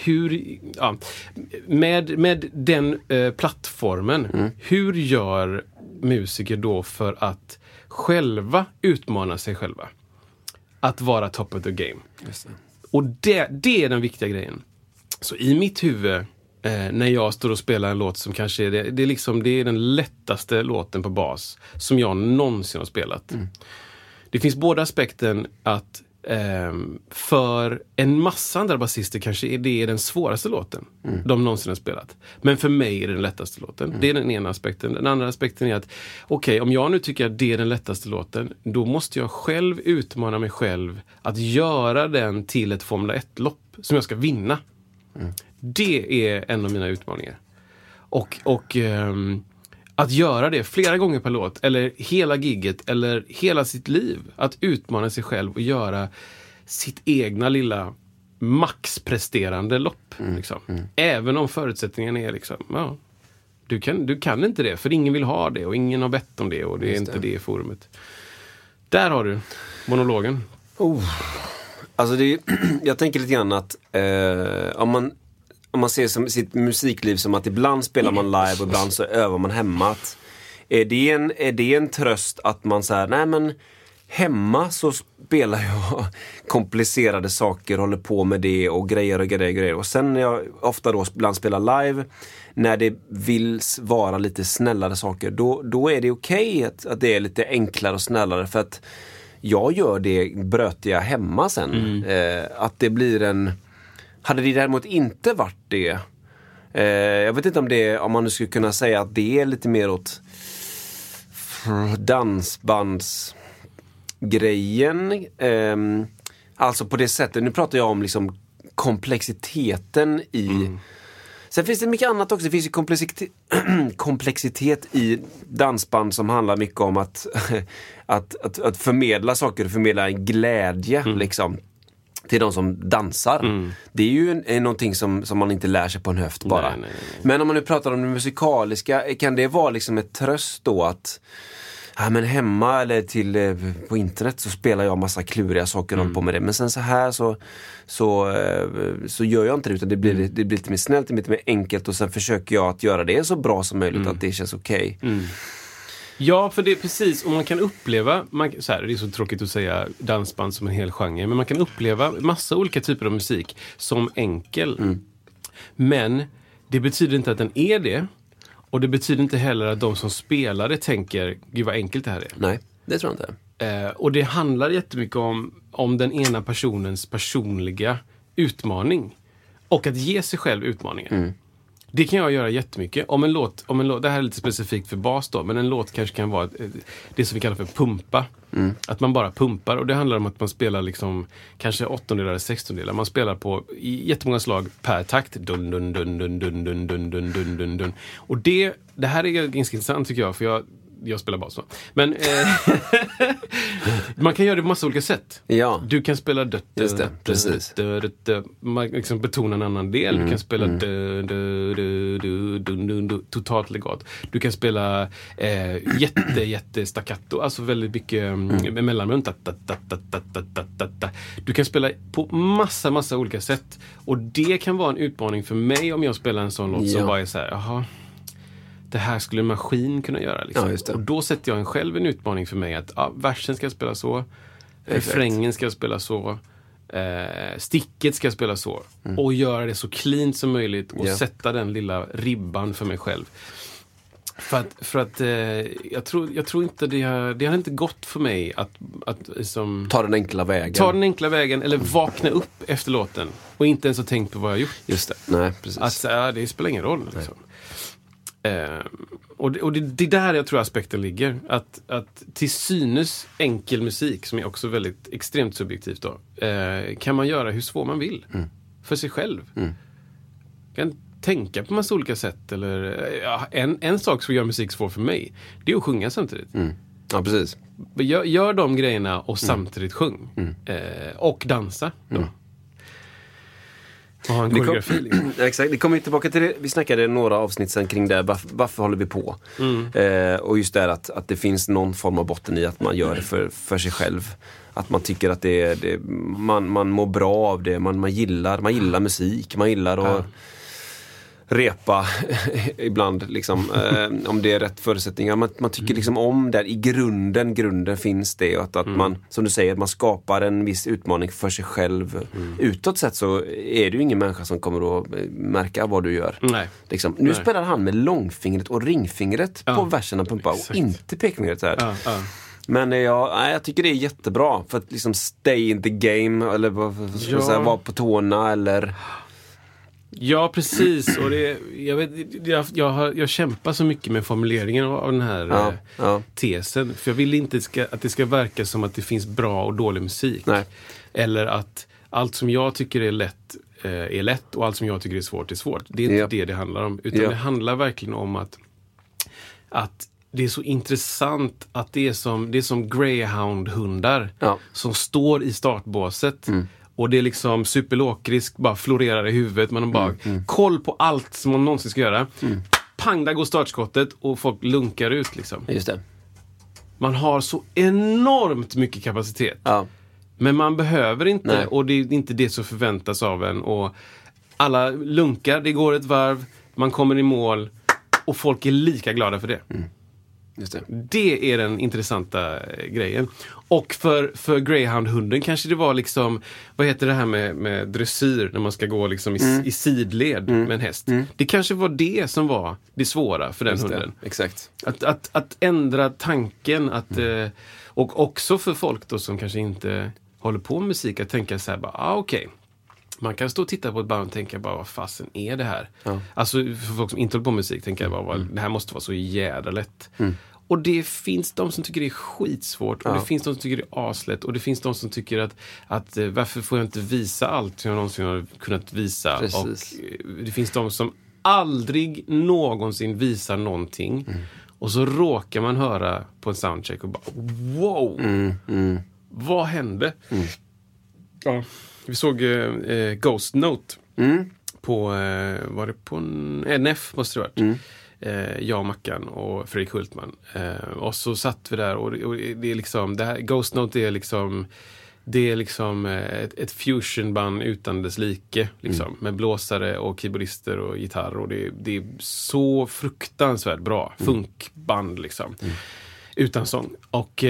med den plattformen, hur gör musiker då för att själva utmana sig själva? Att vara top of the game. Just det. Och det är den viktiga grejen. Så i mitt huvud, när jag står och spelar en låt som kanske är det är den lättaste låten på bas som jag någonsin har spelat. Det finns båda aspekten att för en massa andra basister kanske det är den svåraste låten de någonsin har spelat. Men för mig är det den lättaste låten. Det är den ena aspekten. Den andra aspekten är att om jag nu tycker att det är den lättaste låten, då måste jag själv utmana mig själv att göra den till ett Formel 1-lopp som jag ska vinna. Det är en av mina utmaningar. Och att göra det flera gånger per låt, eller hela gigget, eller hela sitt liv. Att utmana sig själv och göra sitt egna lilla maxpresterande lopp. Liksom. Även om förutsättningen är liksom, du kan inte det, för ingen vill ha det och ingen har bett om det och det är inte det forumet. Där har du monologen. Alltså jag tänker lite grann att om man ser som sitt musikliv som att ibland spelar man live och ibland så övar man hemma. Är det en tröst att man säger nej men hemma så spelar jag komplicerade saker, håller på med det och grejer. Och sen när jag ofta då ibland spelar live, när det vill vara lite snällare saker, då är det okej att det är lite enklare och snällare, för att jag gör det brötiga hemma sen. Att det blir hade det däremot inte varit det, jag vet inte om man nu skulle kunna säga att det är lite mer åt dansbandsgrejen. Alltså på det sättet, nu pratar jag om liksom komplexiteten i... Sen finns det mycket annat också. Det finns ju komplexitet i dansband som handlar mycket om att förmedla saker, förmedla en glädje liksom till de som dansar. Det är ju någonting som man inte lär sig på en höft bara. Nej. Men om man nu pratar om det musikaliska, kan det vara liksom ett tröst då att men hemma eller på internet så spelar jag massa kluriga saker på med det. Men sen så här så gör jag inte det, utan det blir lite mer snällt, lite mer enkelt, och sen försöker jag att göra det så bra som möjligt, att det känns okej. Ja, för det är precis, och man kan uppleva, det är så tråkigt att säga dansband som en hel genre, men man kan uppleva massa olika typer av musik som enkel. Men det betyder inte att den är det, och det betyder inte heller att de som spelar det tänker, gud vad enkelt det här är. Nej, det tror jag inte. Och det handlar jättemycket om den ena personens personliga utmaning, och att ge sig själv utmaningar. Det kan jag göra jättemycket. Om en låt, det här är lite specifikt för bas då, men en låt kanske kan vara det som vi kallar för pumpa. Att man bara pumpar, och det handlar om att man spelar liksom kanske 8/8 eller 16/8. Man spelar på i jättemånga slag per takt. Dun dun dun dun dun dun dun dun dun dun dun. Och det här är ganska intressant tycker jag, för jag spelar bas. Men man kan göra det på massa olika sätt. Ja. Du kan spela dött. Just det, precis. Man liksom betonar en annan del. Du kan spela totalt legat. Du kan spela jätte staccato, alltså väldigt mycket mellanrum. Du kan spela på massa olika sätt. Och det kan vara en utmaning för mig om jag spelar en sån låt som bara är så här, jaha, det här skulle en maskin kunna göra liksom. Och då sätter jag själv en utmaning för mig att versen ska spela så, refrängen ska spela så, sticket ska spela så, och göra det så clean som möjligt och sätta den lilla ribban för mig själv. För att jag tror inte det har inte gått för mig att liksom, ta den enkla vägen eller vakna upp efter låten och inte ens ha tänkt på vad jag har gjort. Just det. Nej, precis. Att det spelar ingen roll liksom. Och det där jag tror aspekten ligger, att till synes enkel musik, som är också väldigt extremt subjektivt då, kan man göra hur svår man vill för sig själv. Kan tänka på massa olika sätt, eller en sak som gör musik svår för mig, det är att sjunga samtidigt. Ja, precis. Gör de grejerna och samtidigt sjung och dansa då. ha en koreografi. Liksom. Exakt, det kommer vi tillbaka till det. Vi snackade några avsnitt sen kring det. Varför håller vi på? Och just det att det finns någon form av botten i att man gör det för sig själv. Att man tycker att man mår bra av det. Man gillar musik. Man gillar att repa ibland liksom, om det är rätt förutsättningar. Man tycker liksom om det. I grunden finns det, och att man, som du säger, att man skapar en viss utmaning för sig själv. Utåt sett så är det ju ingen människa som kommer att märka vad du gör. Nej. Liksom. Nu spelar han med långfingret och ringfingret på verserna Pumpa och inte pekfingret här. Men jag tycker det är jättebra för att liksom stay in the game, eller vara på tårna, eller... Ja, precis. Och jag kämpar så mycket med formuleringen av den här tesen. För jag vill inte att det ska verka som att det finns bra och dålig musik. Nej. Eller att allt som jag tycker är lätt och allt som jag tycker är svårt. Det är inte det handlar om. Utan det handlar verkligen om att det är så intressant att det är som greyhound-hundar som står i startbåset. Och det är liksom superlåkrisk, bara florerar i huvudet. Man har bara koll på allt som man någonsin ska göra. Pang, där går startskottet och folk lunkar ut liksom. Just det. Man har så enormt mycket kapacitet. Ja. Men man behöver inte. Nej. Och det är inte det som förväntas av en. Och alla lunkar, det går ett varv. Man kommer i mål. Och folk är lika glada för det. Just det. Det är den intressanta grejen. Och för greyhound-hunden kanske det var liksom, vad heter det här med dressyr, när man ska gå liksom i sidled med en häst. Det kanske var det som var det svåra för den hunden. Exakt. Att ändra tanken, och också för folk då som kanske inte håller på med musik, att tänka så här, okej. Man kan stå och titta på ett band och tänka bara, vad fasen är det här? Ja. Alltså för folk som inte håller på med musik tänker jag bara, det här måste vara så jävla lätt. Och det finns de som tycker det är skitsvårt, och det finns de som tycker det är aslätt, och det finns de som tycker att varför får jag inte visa allt jag någonsin har kunnat visa. Precis. Och det finns de som aldrig någonsin visar någonting, och så råkar man höra på en soundcheck och bara, wow, vad hände? Ja. Vi såg Ghost Note på, var det på NF måste det varit. Jag, Mackan och Fredrik Hultman. Och så satt vi där, och det är liksom, det här, Ghost Note är liksom ett fusionband utan dess like liksom, med blåsare och keyboardister och gitarr, och det är så fruktansvärt bra funkband liksom, utan sång. Och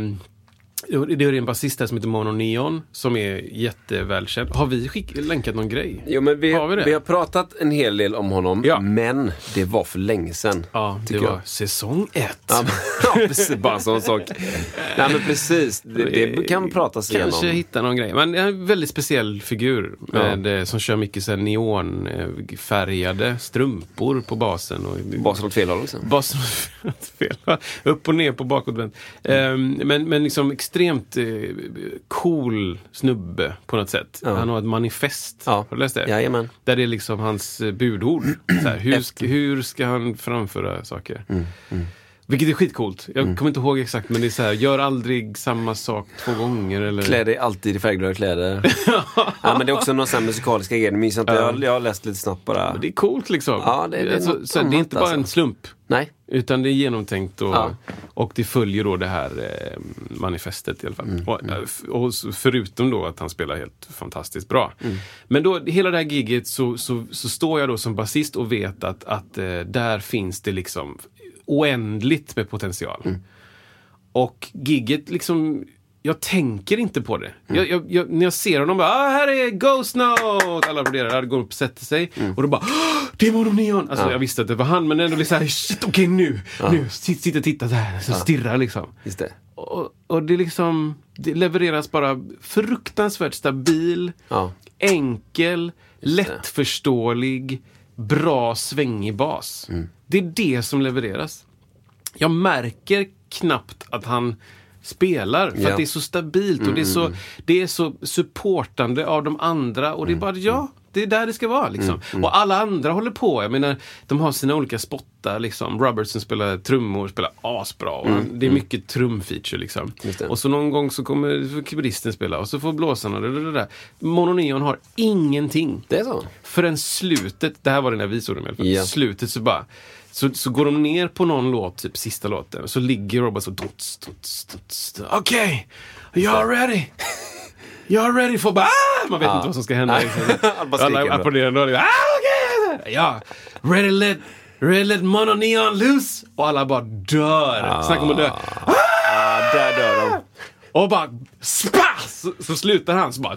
det är en basist här som heter Mono Neon, som är jättevälkänd. Har vi länkat någon grej? Jo, men vi har pratat en hel del om honom, men det var för länge sedan. Ja, det var säsong 1. Ja, precis, bara sån sak. Nej, men precis, det kan pratas igenom. Kanske hitta någon grej. Men det är en väldigt speciell figur som kör mycket så neonfärgade strumpor på basen. Basen åt fel håll också. Basen åt fel håll. Upp och ner på bakåtvänd. Men liksom extremt cool snubbe på något sätt. Han har ett manifest. Har du läst det? Jajamän. Där det är liksom hans budord. Så här, hur ska han framföra saker? Vilket är skitcoolt. Jag kommer inte ihåg exakt, men det är så här, gör aldrig samma sak 2 gånger. Eller... Klä dig alltid i färgglada kläder. Ja, men det är också någon sån musikaliska grej. Minns inte, jag har läst lite snabbt bara. Men det är coolt liksom. Ja, det är inte bara en slump. Nej. Utan det är genomtänkt och det följer då det här manifestet i alla fall. Och förutom då att han spelar helt fantastiskt bra. Men då, hela det här giget så står jag då som basist och vet att där finns det liksom oändligt med potential. Och giget liksom, jag tänker inte på det. Jag, när jag ser honom bara, här är Ghost Note! Alla applåderar, det går upp och sätter sig. Och då bara, det är Mono Neon! Alltså jag visste att det var han, men ändå blir så här, shit, okej, nu sitter och tittar så här, så stirrar liksom. Just det. Och det liksom, det levereras bara fruktansvärt stabil, enkel, lättförståelig, bra svängig bas. Det är det som levereras. Jag märker knappt att han spelar, för att det är så stabilt och det är så supportande av de andra, och det är bara, det är där det ska vara liksom. Och alla andra håller på. Jag menar, de har sina olika spottar liksom. Robertson spelar trummor, spelar asbra. Och det är mycket trumfeature liksom. Och så någon gång så kommer keyboardisten spela och så får blåsarna det. Mono Neon har ingenting. Det är så. Förrän slutet, det här var den där visorden i alla fall. Slutet så bara så går de ner på någon låt, typ sista låten, så ligger Robert så dots. Okej, you're ready. You're ready for... man vet inte vad som ska hända. Alla applåderar och okej. Ja, ready let Mono Neon loose. Och alla bara dör. Snacka om att dö. Där dör de. Och bara så slutar han så bara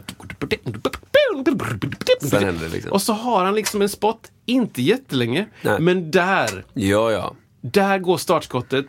sen händer det liksom. Och så har han liksom en spot, inte jättelänge, men där där går startskottet.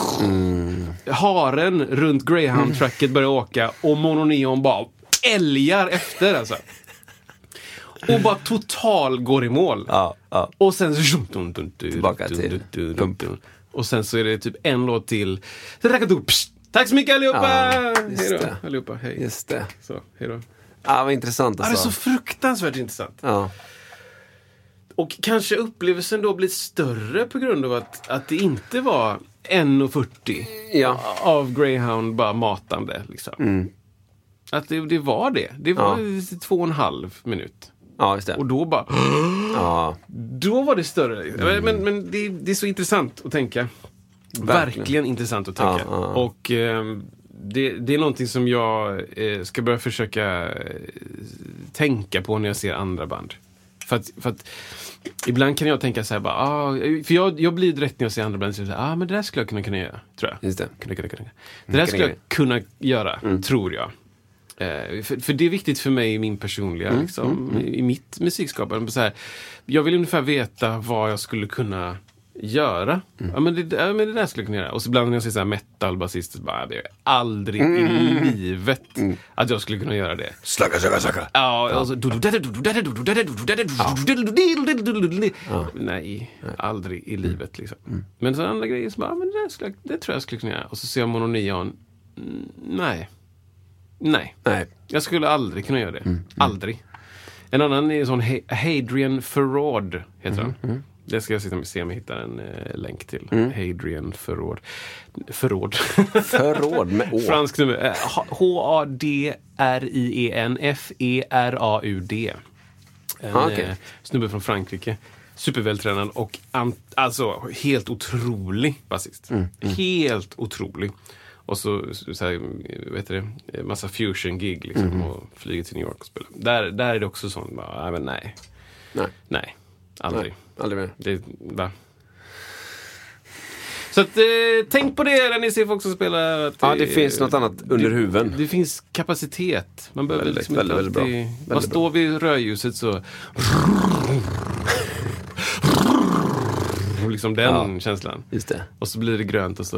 Haren runt Greyhound-tracket börjar åka och Mono Neon bara älgar efter alltså. Och bara total går i mål. Och sen tillbaka till pump. Och sen så är det typ en låt till. Tack så mycket allihopa! Hej då, allihopa. Hej. Just det. Så, hej då. Vad intressant alltså. Det är så fruktansvärt intressant. Ja. Och kanske upplevelsen då blir större på grund av att det inte var 1:40 av Greyhound bara matande liksom. Att det var det. Det var 2,5 minut. Ja, just det. Och då bara då var det större. Men det är så intressant att tänka. Verkligen intressant att tänka. Och det är någonting som jag ska börja försöka tänka på när jag ser andra band. För att ibland kan jag tänka så här bara, för jag blir direkt när jag ser andra band så här, men det där skulle jag kunna göra, tror jag. Just det. Det där skulle jag kunna göra, tror jag. För det är viktigt för mig i min personliga liksom, i mitt musikskapande så här, jag vill ungefär veta vad jag skulle kunna göra. Men det där skulle jag kunna göra. Och så ibland när jag ser så här metal-basist bara, det är aldrig i livet att jag skulle kunna göra det. Slacka. Ja, och så nej, aldrig i livet liksom. Men så andra grejer så bara, men det tror jag skulle kunna göra. Och så ser jag Mono Neon. Nej. Jag skulle aldrig kunna göra det. Aldrig. En annan är sån Hadrian Ferrod heter han. Det ska jag se om jag hittar en länk till. Hadrian Ferrod. Förråd med å. Fransk nummer. HADRIENFERAUD. En snubbe från Frankrike. Supervältränad och alltså helt otrolig basist. Helt otrolig. Och så här, vet du det, massa fusion-gig liksom, och flyger till New York och spelar. Där är det också sånt, bara, nej, aldrig. Aldrig mer. Va? Så att, tänk på det när ni ser folk som spelar. Att, det finns något annat under huven. Det finns kapacitet. Man behöver liksom väldigt bra. Man står vid rödljuset så liksom den känslan. Just det. Och så blir det grönt och så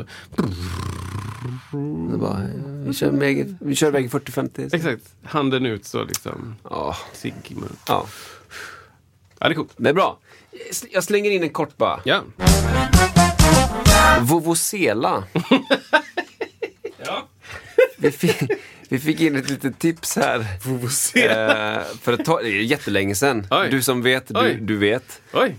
vi kör väg 40-50. Exakt. Handen ut så liksom. Sigg. Ja, det är coolt. det är bra. Jag slänger in en kort bara. Ja. Vuvuzela. Ja. Vi fick in ett litet tips här. För att det är jättelänge sedan. Oj. Du som vet, du vet. Oj.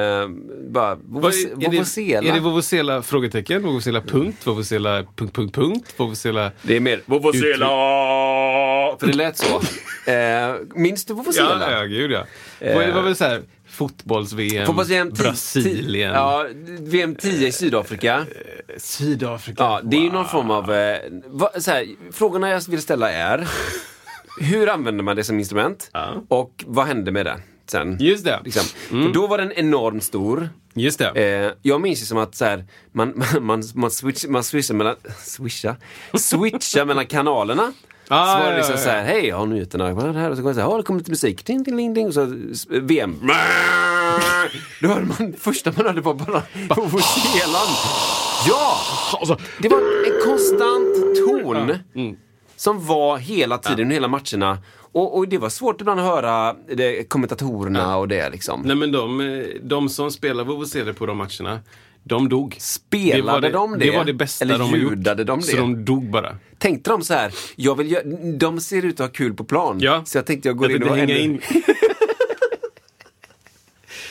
Vuvuzela. Är det vuvuzela frågetecken? Vuvuzela punkt? Vuvuzela punkt? Vuvuzela... Det är mer vuvuzela. För det lät så. Minns du vuvuzela? Ja, gud ja. Det var väl så här fotbolls-VM Brasilien. VM 10 i Sydafrika. Ja, det är ju någon form av så här, frågorna jag vill ställa är hur använder man det som instrument? Och vad hände med det sen? Just det. Liksom. För då var den enormt stor. Just det. Jag minns ju som att så här, man switchar mellan kanalerna. Så var det liksom så här, hej, jag har nyheterna här, och så kommer det så här, det kommer lite musik, ding, ding, ding, ding, och så VM. Då hörde man, första man hörde var bara vuvuzelan. Ja! Det var en konstant ton som var hela tiden, hela matcherna. Och det var svårt ibland att höra kommentatorerna och det liksom. Nej, men de som spelar vuvuzela på de matcherna, de dog. Spelade de det? Det var det bästa eller de har gjort. De det? Så de dog bara. Tänkte de så här, de ser ut att ha kul på plan. Ja. Så jag tänkte jag går in och hänga in.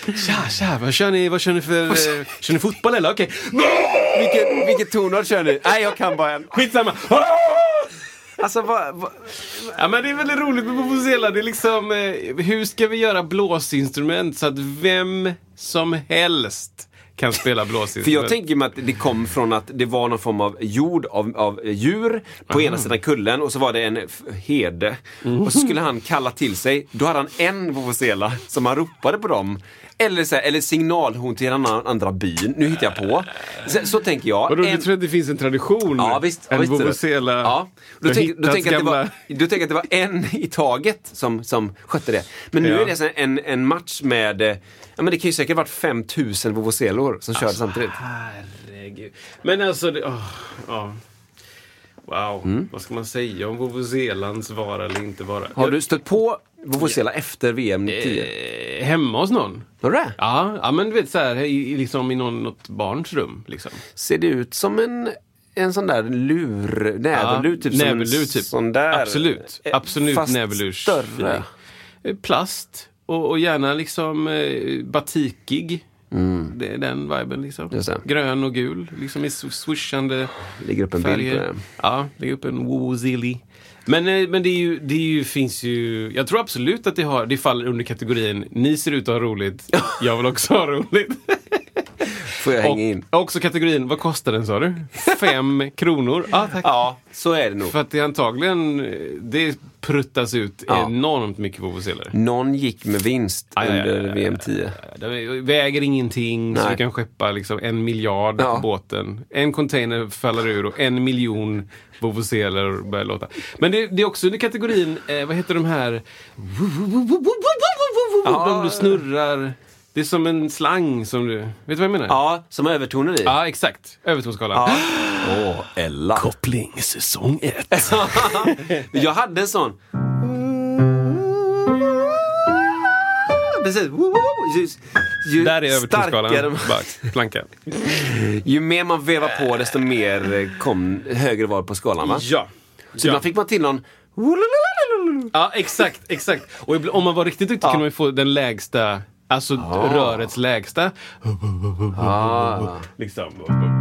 Tja, vad kör ni för... kör ni fotboll eller? Okej. Vilket tonart kör ni? Nej, jag kan bara en. Skitsamma. Alltså, Ja, men det är väldigt roligt med vuvuzela. Det är liksom, hur ska vi göra blåsinstrument så att vem som helst kan spela blåsinstrument? För jag tänker mig att det kom från att det var någon form av jord av djur på ena sidan kullen och så var det en herde. Och så skulle han kalla till sig. Då hade han en vuvuzela som han ropade på dem. Eller signalhorn till den andra byn. Nu hittar jag på. Så tänker jag. Och då, du tror att det finns en tradition? Ja, visst. En vuvuzela. Ja. Då tänker jag att det var en i taget som skötte det. Men nu är det så en match med... Ja, men det kan ju säkert varit 5000 vuvuzelor som körde samtidigt. Herregud. Men alltså... Wow. Vad ska man säga om vuvuzelans vara eller inte vara? Har du stött på vuvuzela efter VM 10? Hemma hos någon? Var det? Ja, men du vet så här liksom i något barns rum liksom. Ser det ut som en sån där näverlur typ, näverlur typ. Sån där. Absolut fast näverlur. Större. Plast och gärna liksom batikig. Det är den viben liksom. Grön och gul liksom i swishande ligger upp en färger. bild på det. Ja, ligger upp en wuzili. Men det finns ju, jag tror absolut att det faller under kategorin ni ser ut att ha roligt, jag vill också ha roligt. Får jag hänga in? Också kategorin, vad kostar den sa du? 5 kronor? Ja, tack. Ja, så är det nog. För att det antagligen, det pruttas ut enormt mycket vuvuzelor. Någon gick med vinst under VM 10. Det väger ingenting. Nej. Så vi kan skeppa liksom 1 miljard på båten. En container faller ur och 1 miljon vuvuzelor börjar låta. Men det är också under kategorin, vad heter de här? De du snurrar. Det är som en slang som du... Vet du vad jag menar? Ja, som övertoner i. Ja, exakt. Övertonskalan. Ella. Koppling säsong 1. Jag hade en sån. Precis. Ju där är övertonskalan. Planka. Ju mer man vevar på, desto mer högre var på skalan, va? Ja. Så man fick man till någon... Ja, exakt. Och om man var riktigt duktig kunde man ju få den lägsta... Alltså rörets lägsta. Liksom.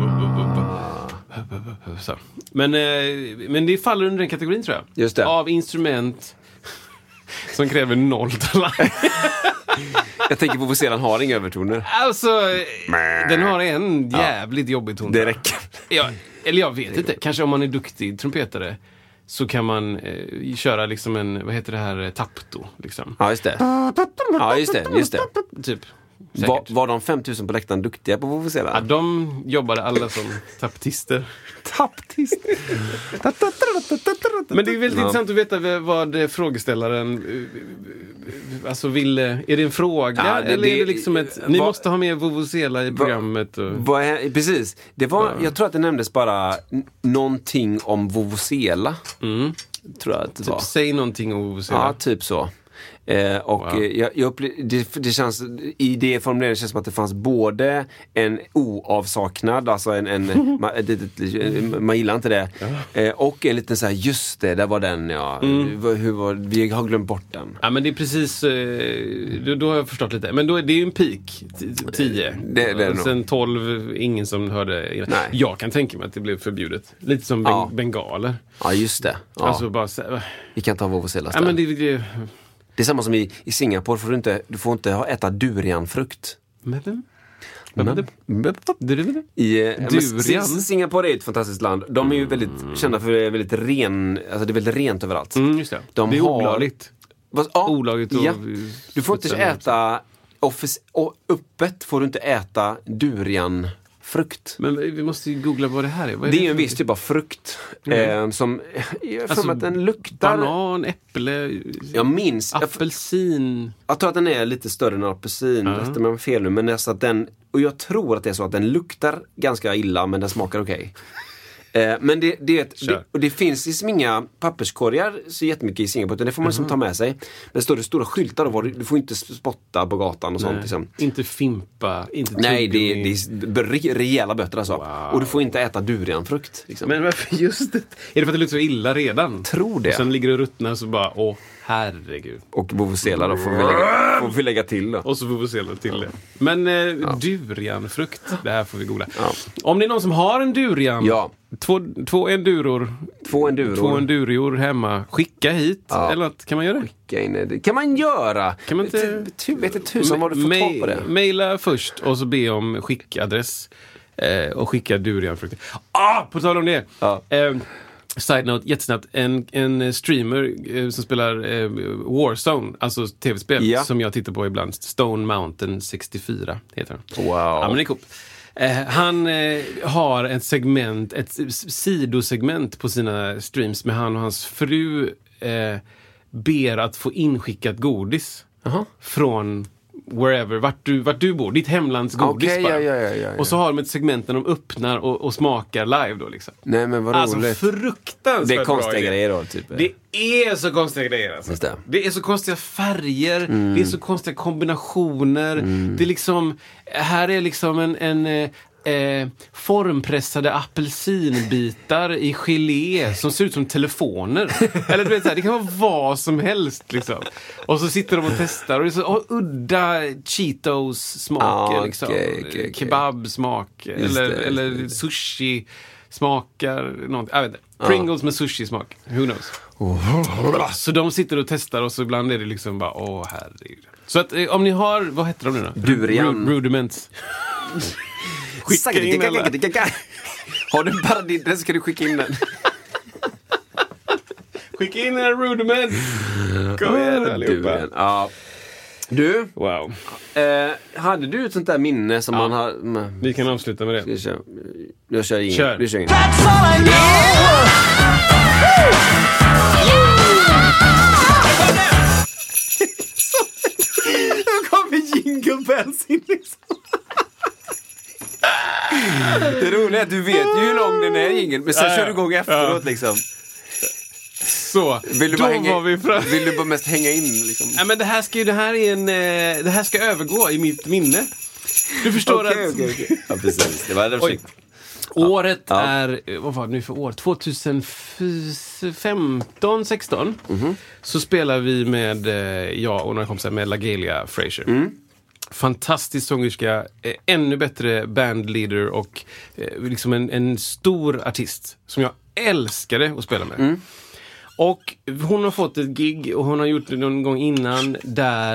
Så. Men det faller under den kategorin tror jag. Just det. Av instrument som kräver 0 talang. Jag tänker på vuvuzelan har inga övertoner. Alltså, den har en jävligt jobbig ton. Det räcker. Eller jag vet inte. Kanske om man är duktig trumpetare så kan man köra liksom en, vad heter det här, tapto liksom. Ja, just det. Ja, just det. Typ. Var de 5000 på läktaren duktiga på vuvuzela? Ja, de jobbade alla som taptister. Taptister. Men det är väldigt intressant att veta vad frågeställaren alltså ville. Är det en fråga eller är det liksom ett ni måste ha med vuvuzela i programmet precis. Det var jag tror att det nämndes bara någonting om vuvuzela. Tror jag att det typ var. Säg någonting om vuvuzela. Ja, typ så. Jag upplevde, det känns i det formuleringen känns som att det fanns både en oavsaknad, alltså man gillar inte det, och en liten så här, just det, där var den, vi har glömt bort den. Ja, men det är precis, då har jag förstått lite, men då, det är ju en peak 10, det är sen 12, ingen som hörde. Nej. Jag kan tänka mig att det blev förbjudet, lite som bengaler. Ja, just det. Alltså bara vi kan ta vuvuzela. Ja, men det är samma som i Singapore, du får inte äta durianfrukt. Durian? Singapore är ett fantastiskt land. De är ju väldigt kända för väldigt alltså det är väldigt rent överallt. Just det. Det är olagligt. Olagligt och du får inte äta öppet får du inte äta durianfrukt. Men vi måste ju googla vad det här är. Vad är det är en viss typ av frukt som alltså, att den luktar banan, äpple, jag minns apelsin. Jag tror att den är lite större än apelsin. Rätta mig fel nu, men nästan att den, och jag tror att det är så att den luktar ganska illa men den smakar okej. Men det finns liksom inga papperskorgar så jättemycket i Singapore, utan det får man liksom ta med sig. Men står det stora skyltar då, du får inte spotta på gatan och sånt. Liksom. Inte fimpa, inte nej, det är rejäla böter alltså. Wow. Och du får inte äta durianfrukt. Liksom. Men varför just det? Är det för att det luktar så illa redan? Tror det. Och sen ligger det och ruttnar så bara, herregud. Och vuvuzela då får vi lägga till då. Och så vuvuzela till det. Men durianfrukt, det här får vi googla. Om det är någon som har en durian, två endurior hemma, skicka hit. Eller att, kan man göra det? Skicka in det. Kan man göra? Kan man inte... vet inte tusan vad du får ta på det. Maila först och så be om skickadress. Och skicka durianfrukt. På tal om det. Side note, jättesnabbt. En streamer som spelar Warzone, alltså tv-spel, som jag tittar på ibland. Stone Mountain 64 heter han. Wow. Ja, men det är coolt. Han har ett sidosegment på sina streams med han och hans fru ber att få inskickat godis från wherever, vart du bor, ditt hemlands godis bara. Ja. Och så har de ett segment där de öppnar och smakar live då liksom. Nej, men vad roligt. Alltså fruktansvärt. Det är konstiga grejer då typ. Det är så konstiga grejer alltså. Det är så konstiga färger, det är så konstiga kombinationer. Det är liksom, här är liksom en formpressade apelsinbitar i gelé som ser ut som telefoner. Eller du vet, så här, det kan vara vad som helst liksom. Och så sitter de och testar och det är så udda Cheetos-smak liksom. Okay. Kebab-smak eller sushi smakar någonting. Jag vet inte. Pringles med sushi-smak. Who knows? Så de sitter och testar och så ibland är det liksom bara, herregud. Så att om ni har, vad heter de nu då? Durian. Rudiments. Skicka in alla. Har du bara din, så kan du skicka in den. Skicka in en rudiment. Kom igen allihopa. Ja. Du, wow. Hade du ett sånt där minne som man har... Vi kan avsluta med det. Jag kör in. Kör. Du kör in. That's all I know. Då kommer Jingle Bells in liksom. Det roliga är att du vet ju hur lång den är, Jingle, men sen kör du igång efteråt liksom. Så, vill du bara mest hänga in liksom? Ja, men det här ska övergå i mitt minne. Du förstår att... Okay. Ja, precis. Det var det jag Året är, vad var det nu för år? 2015-16 så spelar vi med, jag och några kompisar med LaGalia Fraser. Fantastisk sångerska, ännu bättre bandleader och liksom en stor artist som jag älskade att spela med. Och hon har fått ett gig och hon har gjort det någon gång innan där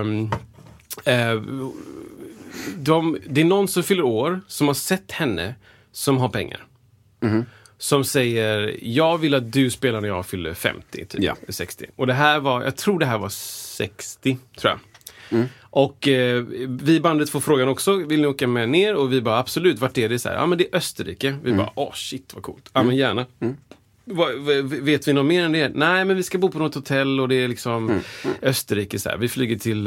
det är någon som fyller år som har sett henne som har pengar. Som säger, jag vill att du spelar när jag fyller 50 typ, 60. Och det här var, jag tror det här var 60 tror jag. Och vi bandet får frågan också, vill ni åka med ner? Och vi bara, absolut, vart är det? Så här, men det är Österrike. Vi bara, shit vad coolt. Ja men gärna. Vet vi något mer än det? Nej, men vi ska bo på något hotell och det är liksom Österrike så här. Vi flyger till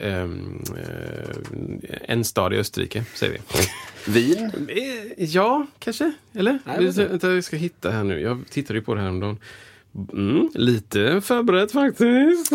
en stad i Österrike, säger vi. Wien? Ja, kanske. Eller? Jag ska hitta här nu. Jag tittade ju på det här om dagen. Lite förberett faktiskt.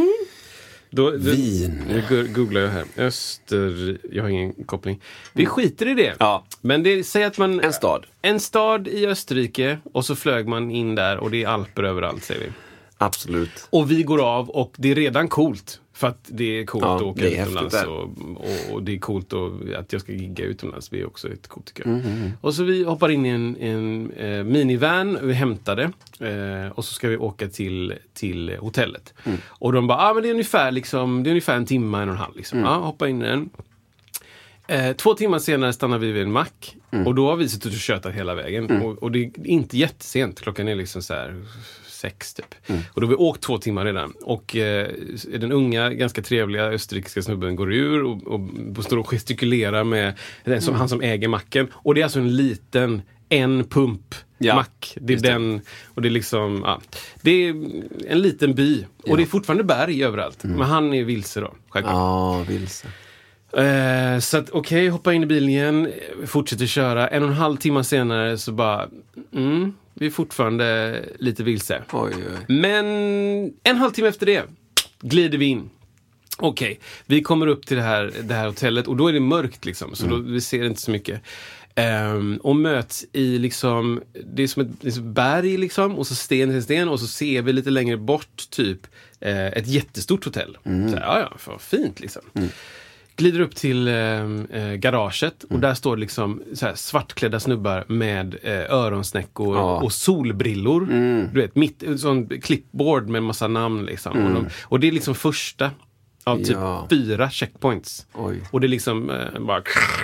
Wien. Nu googlar jag här. Jag har ingen koppling. Vi skiter i det. Ja. Men det säger att man... En stad i Österrike och så flög man in där och det är alper överallt, säger vi. Absolut. Och vi går av och det är redan coolt. För att det är coolt att åka utomlands och det är coolt att jag ska gigga utomlands. Det är också ett coolt tycker jag. Och så vi hoppar in i en minivan, vi hämtar det och så ska vi åka till hotellet. Och de bara, men det är ungefär en timme, 1,5 liksom. Hoppa in i den. 2 timmar senare stannar vi vid en mack. Och då har vi suttit och tjötat hela vägen. Och det är inte jättesent. Klockan är liksom så här 6 typ. Och då har vi åkt 2 timmar redan. Och den unga, ganska trevliga österrikiska snubben går ur och står och gestikulerar med han som äger macken. Och det är alltså en liten pump mack. Det är den, och det är liksom, det är en liten by. Och det är fortfarande berg överallt. Men han är vilse då, självklart. Vilse. Så att okej, hoppa in i bilen igen, fortsätter köra. 1,5 timmar senare så bara, vi är fortfarande lite vilse. Oj. Men 1,5 timme efter det glider vi in. Okej, vi kommer upp till det här hotellet och då är det mörkt liksom, så då, vi ser inte så mycket. Och möts i liksom, det är som ett berg liksom, och så sten till sten, och så ser vi lite längre bort typ ett jättestort hotell. Så ja, för fint liksom. Glider upp till garaget och där står liksom så här svartklädda snubbar med öronsnäckor och solbrillor. Du vet, sån clipboard med en massa namn liksom. Och det är liksom första av typ 4 checkpoints. Oj. Och det är liksom bara...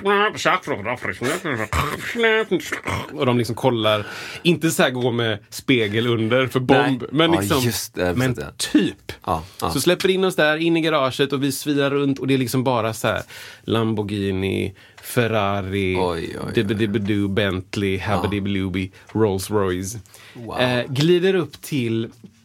Och de liksom kollar, inte så här går med spegel under för bomb. Men liksom, just det, men typ. Så släpper in oss där, in i garaget och vi svirar runt och det är liksom bara så här Lamborghini, Ferrari, Dibbidibbidoo, Bentley, Habadibbilubi, Rolls Royce. Glider upp till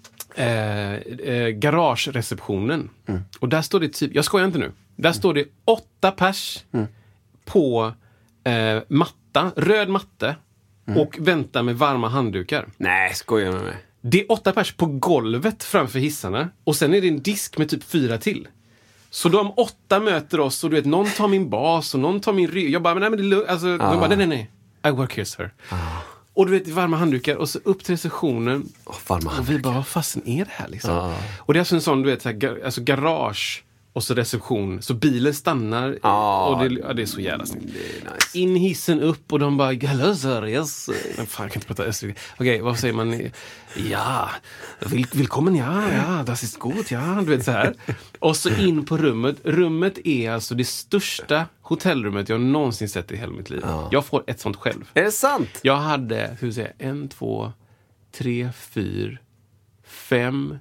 garagereceptionen. Och där står det typ, jag skojar inte nu, där står det 8 pers på röd matte och väntar med varma handdukar. Nej, skojar med mig. Det är 8 pers på golvet framför hissarna och sen är det en disk med typ 4 till. Så de 8 möter oss och du vet, någon tar min bas och någon tar min rygg. Jag bara, nej men det är alltså, de bara, nej. I work here, sir. Och du vet, varma handdukar och så upp till receptionen. Och vi bara, vad fasen är det här liksom? Och det är alltså en sån, du vet, så här, alltså garage och så reception. Så bilen stannar och det är så jävla snyggt. Nice. In hissen upp och de bara, hello sir, yes. Fan, jag kan inte prata österrika. Okej, vad säger man? Ja, välkommen, ja, das ist gut, ja, du vet så här. Och så in på rummet. Rummet är alltså det största hotellrummet jag någonsin sett i hela mitt liv. Jag får ett sånt själv. Är det sant? Jag hade, hur säger jag, 1, 2, 3, 4, 5,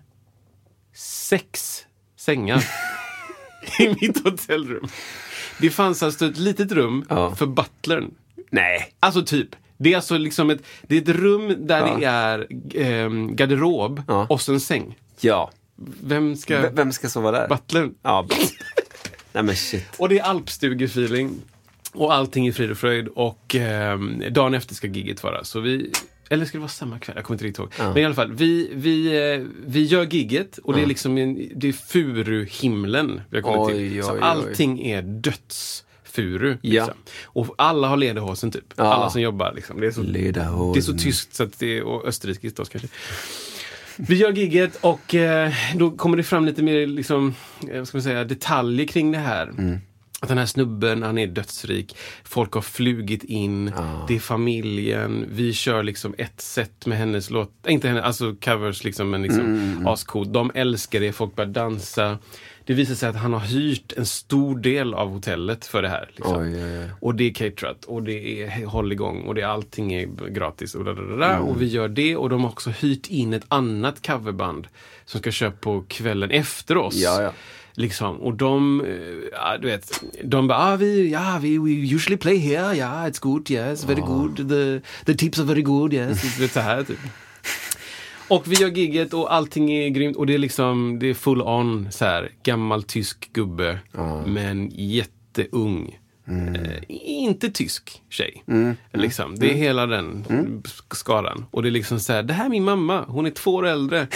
6 sängar i mitt hotellrum. Det fanns alltså ett litet rum för butlern. Nej. Alltså typ. Det är alltså liksom ett rum där det är garderob och så en säng. Ja. Vem ska sova där? Butlern. Ja. Nej men shit. Och det är alpstugefeeling. Och allting är frid och fröjd. Och dagen efter ska gigget vara. Så vi... Eller ska det vara samma kväll? Jag kommer inte riktigt ihåg. Men i alla fall, vi gör gigget. Och det är liksom det är furuhimlen vi har kommit till. Så allting är dödsfuru. Liksom. Och alla har lederhosen typ. Alla som jobbar liksom. Det är så tyskt så att det är, och österrikiskt då kanske. Vi gör gigget och då kommer det fram lite mer liksom, vad ska man säga, detaljer kring det här. Att den här snubben, han är dödsrik. Folk har flugit in. Det är familjen. Vi kör liksom ett set med hennes låt. Inte hennes, alltså covers liksom, men liksom ascool. De älskar det. Folk börjar dansa. Det visar sig att han har hyrt en stor del av hotellet för det här. Liksom. Och det är caterat. Och det är håll igång. Och allting är gratis. Och vi gör det. Och de har också hyrt in ett annat coverband som ska köra på kvällen efter oss. Liksom. Och de, du vet, de bara, we usually play here, it's good, yes, very good, the tips are very good, yes, vet så här typ. Och vi gör gigget och allting är grymt och det är liksom, det är full on så här, gammal tysk gubbe, men jätteung. Inte tysk tjej. Liksom. Det är hela den skaran. Och det är liksom så här, det här är min mamma, hon är 2 år äldre.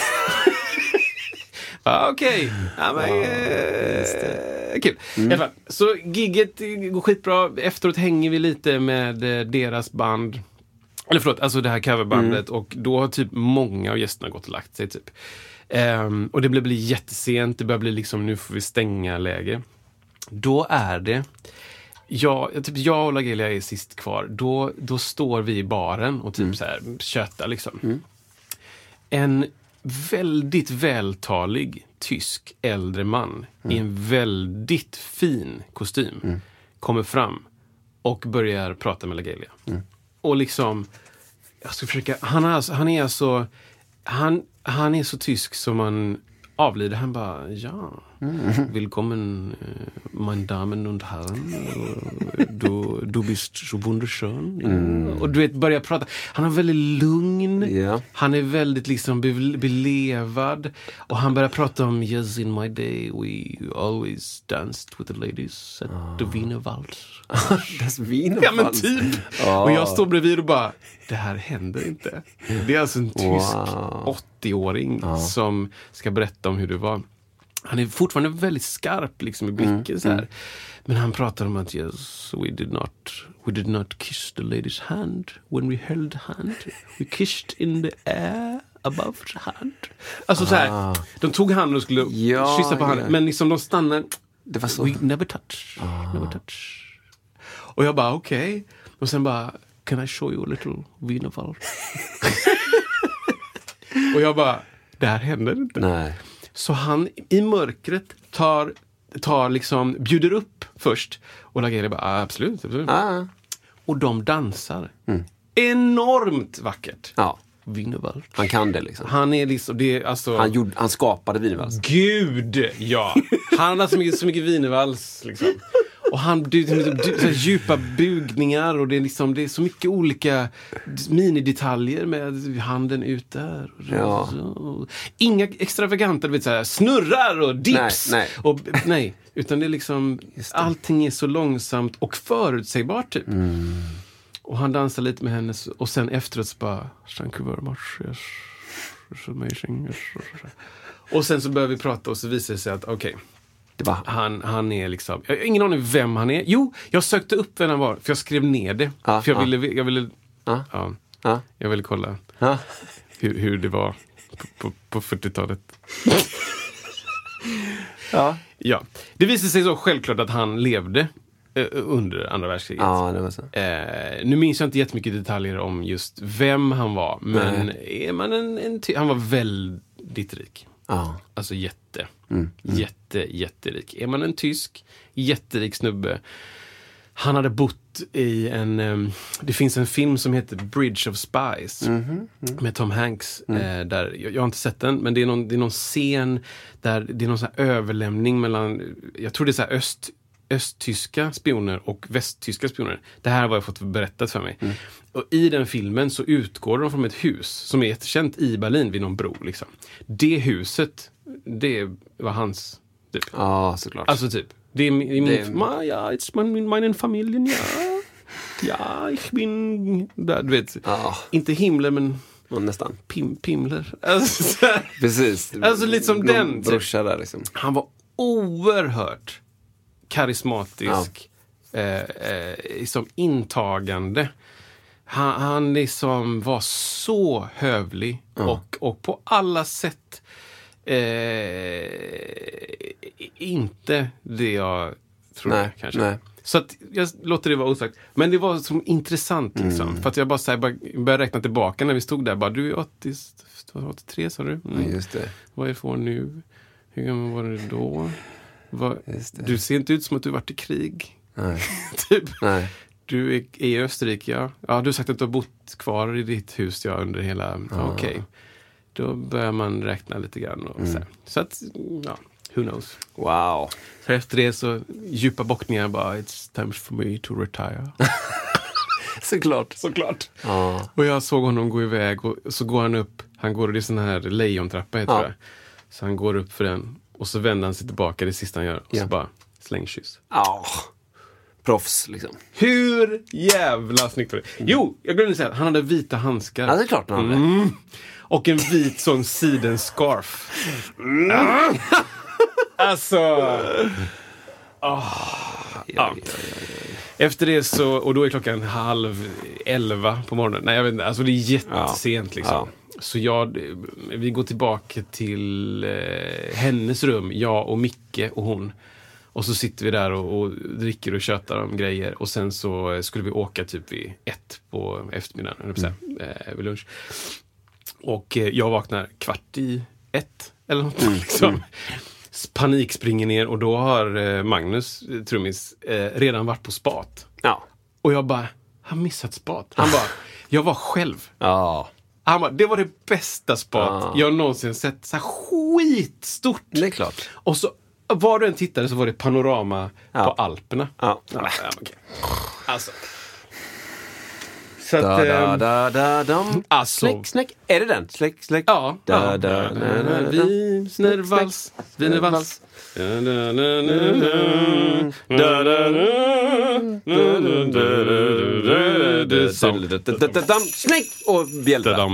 Okej. Kul. I alla fall. Så gigget går skitbra. Efteråt hänger vi lite med deras band. Eller förlåt, alltså det här coverbandet. Och då har typ många av gästerna gått och lagt sig typ. Och det blir jättesent. Det börjar bli liksom, nu får vi stänga läge. Då är det jag och Lagelia är sist kvar. Då står vi i baren och typ så här köttar liksom. En väldigt vältalig tysk äldre man i en väldigt fin kostym kommer fram och börjar prata med Lagelia. Och liksom jag ska försöka, han är så tysk som man avlider. Han bara, Willkommen, meine Damen und Herren. Du bist så wunderschön. Och du vet, börjar prata. Han är väldigt lugn. Yeah. Han är väldigt liksom belevad. Och han börjar prata om yes, in my day we always danced with the ladies at the Wienerwald. Das Wienerwald. Ja, men typ. Och jag står bredvid och bara, det här händer inte. Det är alltså en tysk 80-åring som ska berätta om hur det var. Han är fortfarande väldigt skarp liksom i blicken så här. Men han pratar om att yes, we did not kiss the lady's hand when we held hand. We kissed in the air above the hand. Alltså så här, de tog handen och skulle kyssa på handen, men liksom de stannade. Det var så. We never touch. Never touch. Och jag bara okej. Och sen bara, can I show you a little Wienerwald? Och jag bara, det här händer inte. Nej. Så han i mörkret tar liksom, bjuder upp först. Och Lagerlöf bara, absolut. Och de dansar. Enormt vackert. Ja. Wienerwald. Han kan det liksom. Han är liksom, det är alltså... Han skapade Wienerwald. Gud, ja. Han har så mycket Wienerwalds liksom. Och han så djupa bugningar och det är så mycket olika minidetaljer med handen ut där. Ja. Inga extravaganta, du vet, så här, snurrar och dips. Nej. Och, nej, utan det är liksom allting är så långsamt och förutsägbart typ. Och han dansar lite med henne och sen efteråt så bara thank you very much. Yes. It's amazing. Yes. Och sen så börjar vi prata och så visar det sig att okej. Han är liksom, jag har ingen aning vem han är. Jo, jag sökte upp vem han var för jag skrev ner det. För jag ville kolla hur det var på 40-talet. Ja. Det visade sig så självklart att han levde under andra världskriget. Ja, det var så. Nu minns jag inte jättemycket detaljer om just vem han var, men är man han var väldigt rik. Alltså jätterik. Är man en tysk jätterik snubbe. Han hade bott i det finns en film som heter Bridge of Spies med Tom Hanks där, jag har inte sett den, men det är någon scen där det är någon sån här överlämning mellan, jag tror det är så här östtyska spioner och västtyska spioner. Det här har jag fått berättat för mig. Och i den filmen så utgår de från ett hus som är jättekänt i Berlin vid någon bro liksom. Det huset, det var hans typ. Ja, såklart. Alltså typ, min familjen, ja, ich bin där, du vet. Inte Himmler, men nästan. Pimler. Alltså, precis. Alltså lite som den typ. Brorsa där liksom. Han var oerhört karismatisk, som intagande. Han liksom var så hövlig och på alla sätt inte det jag trodde kanske. Nej. Så att jag låter det vara osagt. Men det var som intressant liksom. För att jag bara började räkna tillbaka när vi stod där. Bara, du är 83 sa du? Ja, just det. Vad är det för nu? Hur gammal var det då? Du ser inte ut som att du varit i krig. Nej. Typ. Nej. Du är i Österrike, ja. Ja, du har sagt att du har bott kvar i ditt hus under hela... Okej. Då börjar man räkna lite grann. Och så att, who knows. Wow. Så efter det så djupa bockningar bara, it's time for me to retire. Såklart. Och jag såg honom gå iväg och så går han upp. Han går i sån här lejontrappa heter det. Så han går upp för den. Och så vänder han sig tillbaka, det sista han gör. Och så bara slängkyss. Proffs liksom. Hur jävla snyggt var det? Jo, jag glömde säga att han hade vita handskar. Ja, det är klart han hade. Och en vit sån sidenscarf. Alltså... Efter det så, och då är klockan 10:30 på morgonen. Nej, jag vet inte, alltså det är jättesent liksom. Så vi går tillbaka till hennes rum, jag och Micke och hon. Och så sitter vi där och dricker och tjötar om grejer. Och sen så skulle vi åka typ vid 1 på eftermiddagen, vid lunch. Och jag vaknar 1:15 eller något liksom. Panik springer ner och då har Magnus, trummis, redan varit på spat. Ja. Och jag bara, han missat spat. Han bara, jag var själv. Ja. Han bara, det var det bästa spat jag någonsin sett. Så här skitstort. Det är klart. Och så var du än tittade så var det panorama på Alperna. Ja. Okay. Alltså. Så att... Alltså. Släck. Är det den? Släck. Ja. Wienervals. Släck och bjällra.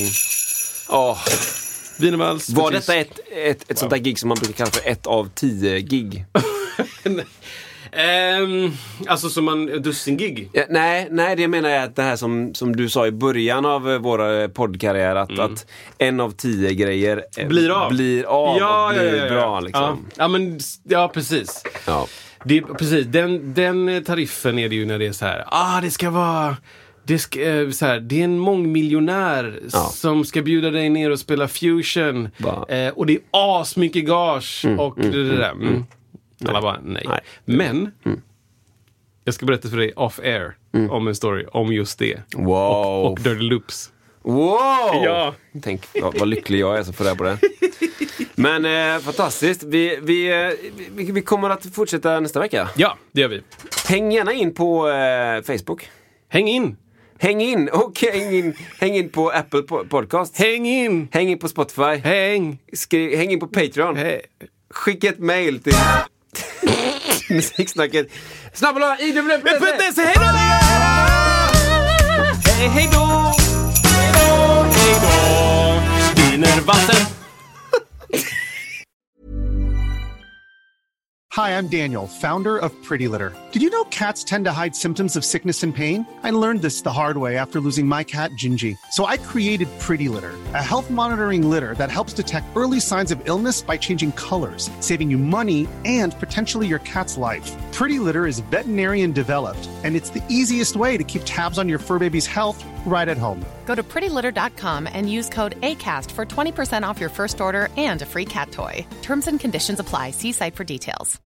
Wienervals. Var detta ett sånt där gig som man brukar kalla för 1 av 10 gig? Alltså som en dussin-gig? Ja, nej, det menar jag att det här som du sa i början av våra poddkarriär att 1 av 10 grejer blir av och blir bra liksom. Ja, precis. Ja. Det, precis, den tariffen är det ju när det är så här. Det ska vara... Det är en mångmiljonär som ska bjuda dig ner och spela fusion. Och det är asmycket gage och det där. Alla bara, nej. Men jag ska berätta för dig off-air om en story om just det. Wow. Och Dirty Loops. Wow! Ja. Tänk vad lycklig jag är som får reda på det. Men fantastiskt. Vi kommer att fortsätta nästa vecka. Ja, det gör vi. Häng gärna in på Facebook. Häng in och häng in på Apple Podcast. Häng in på Spotify. Häng in på Patreon. Skicka ett mail till musiksnacket. Snabbla i IWW.se. Hej då. Wienervassen. Hi, I'm Daniel, founder of Pretty Litter. Did you know cats tend to hide symptoms of sickness and pain? I learned this the hard way after losing my cat, Gingy. So I created Pretty Litter, a health monitoring litter that helps detect early signs of illness by changing colors, saving you money and potentially your cat's life. Pretty Litter is veterinarian developed, and it's the easiest way to keep tabs on your fur baby's health right at home. Go to prettylitter.com and use code ACAST for 20% off your first order and a free cat toy. Terms and conditions apply. See site for details.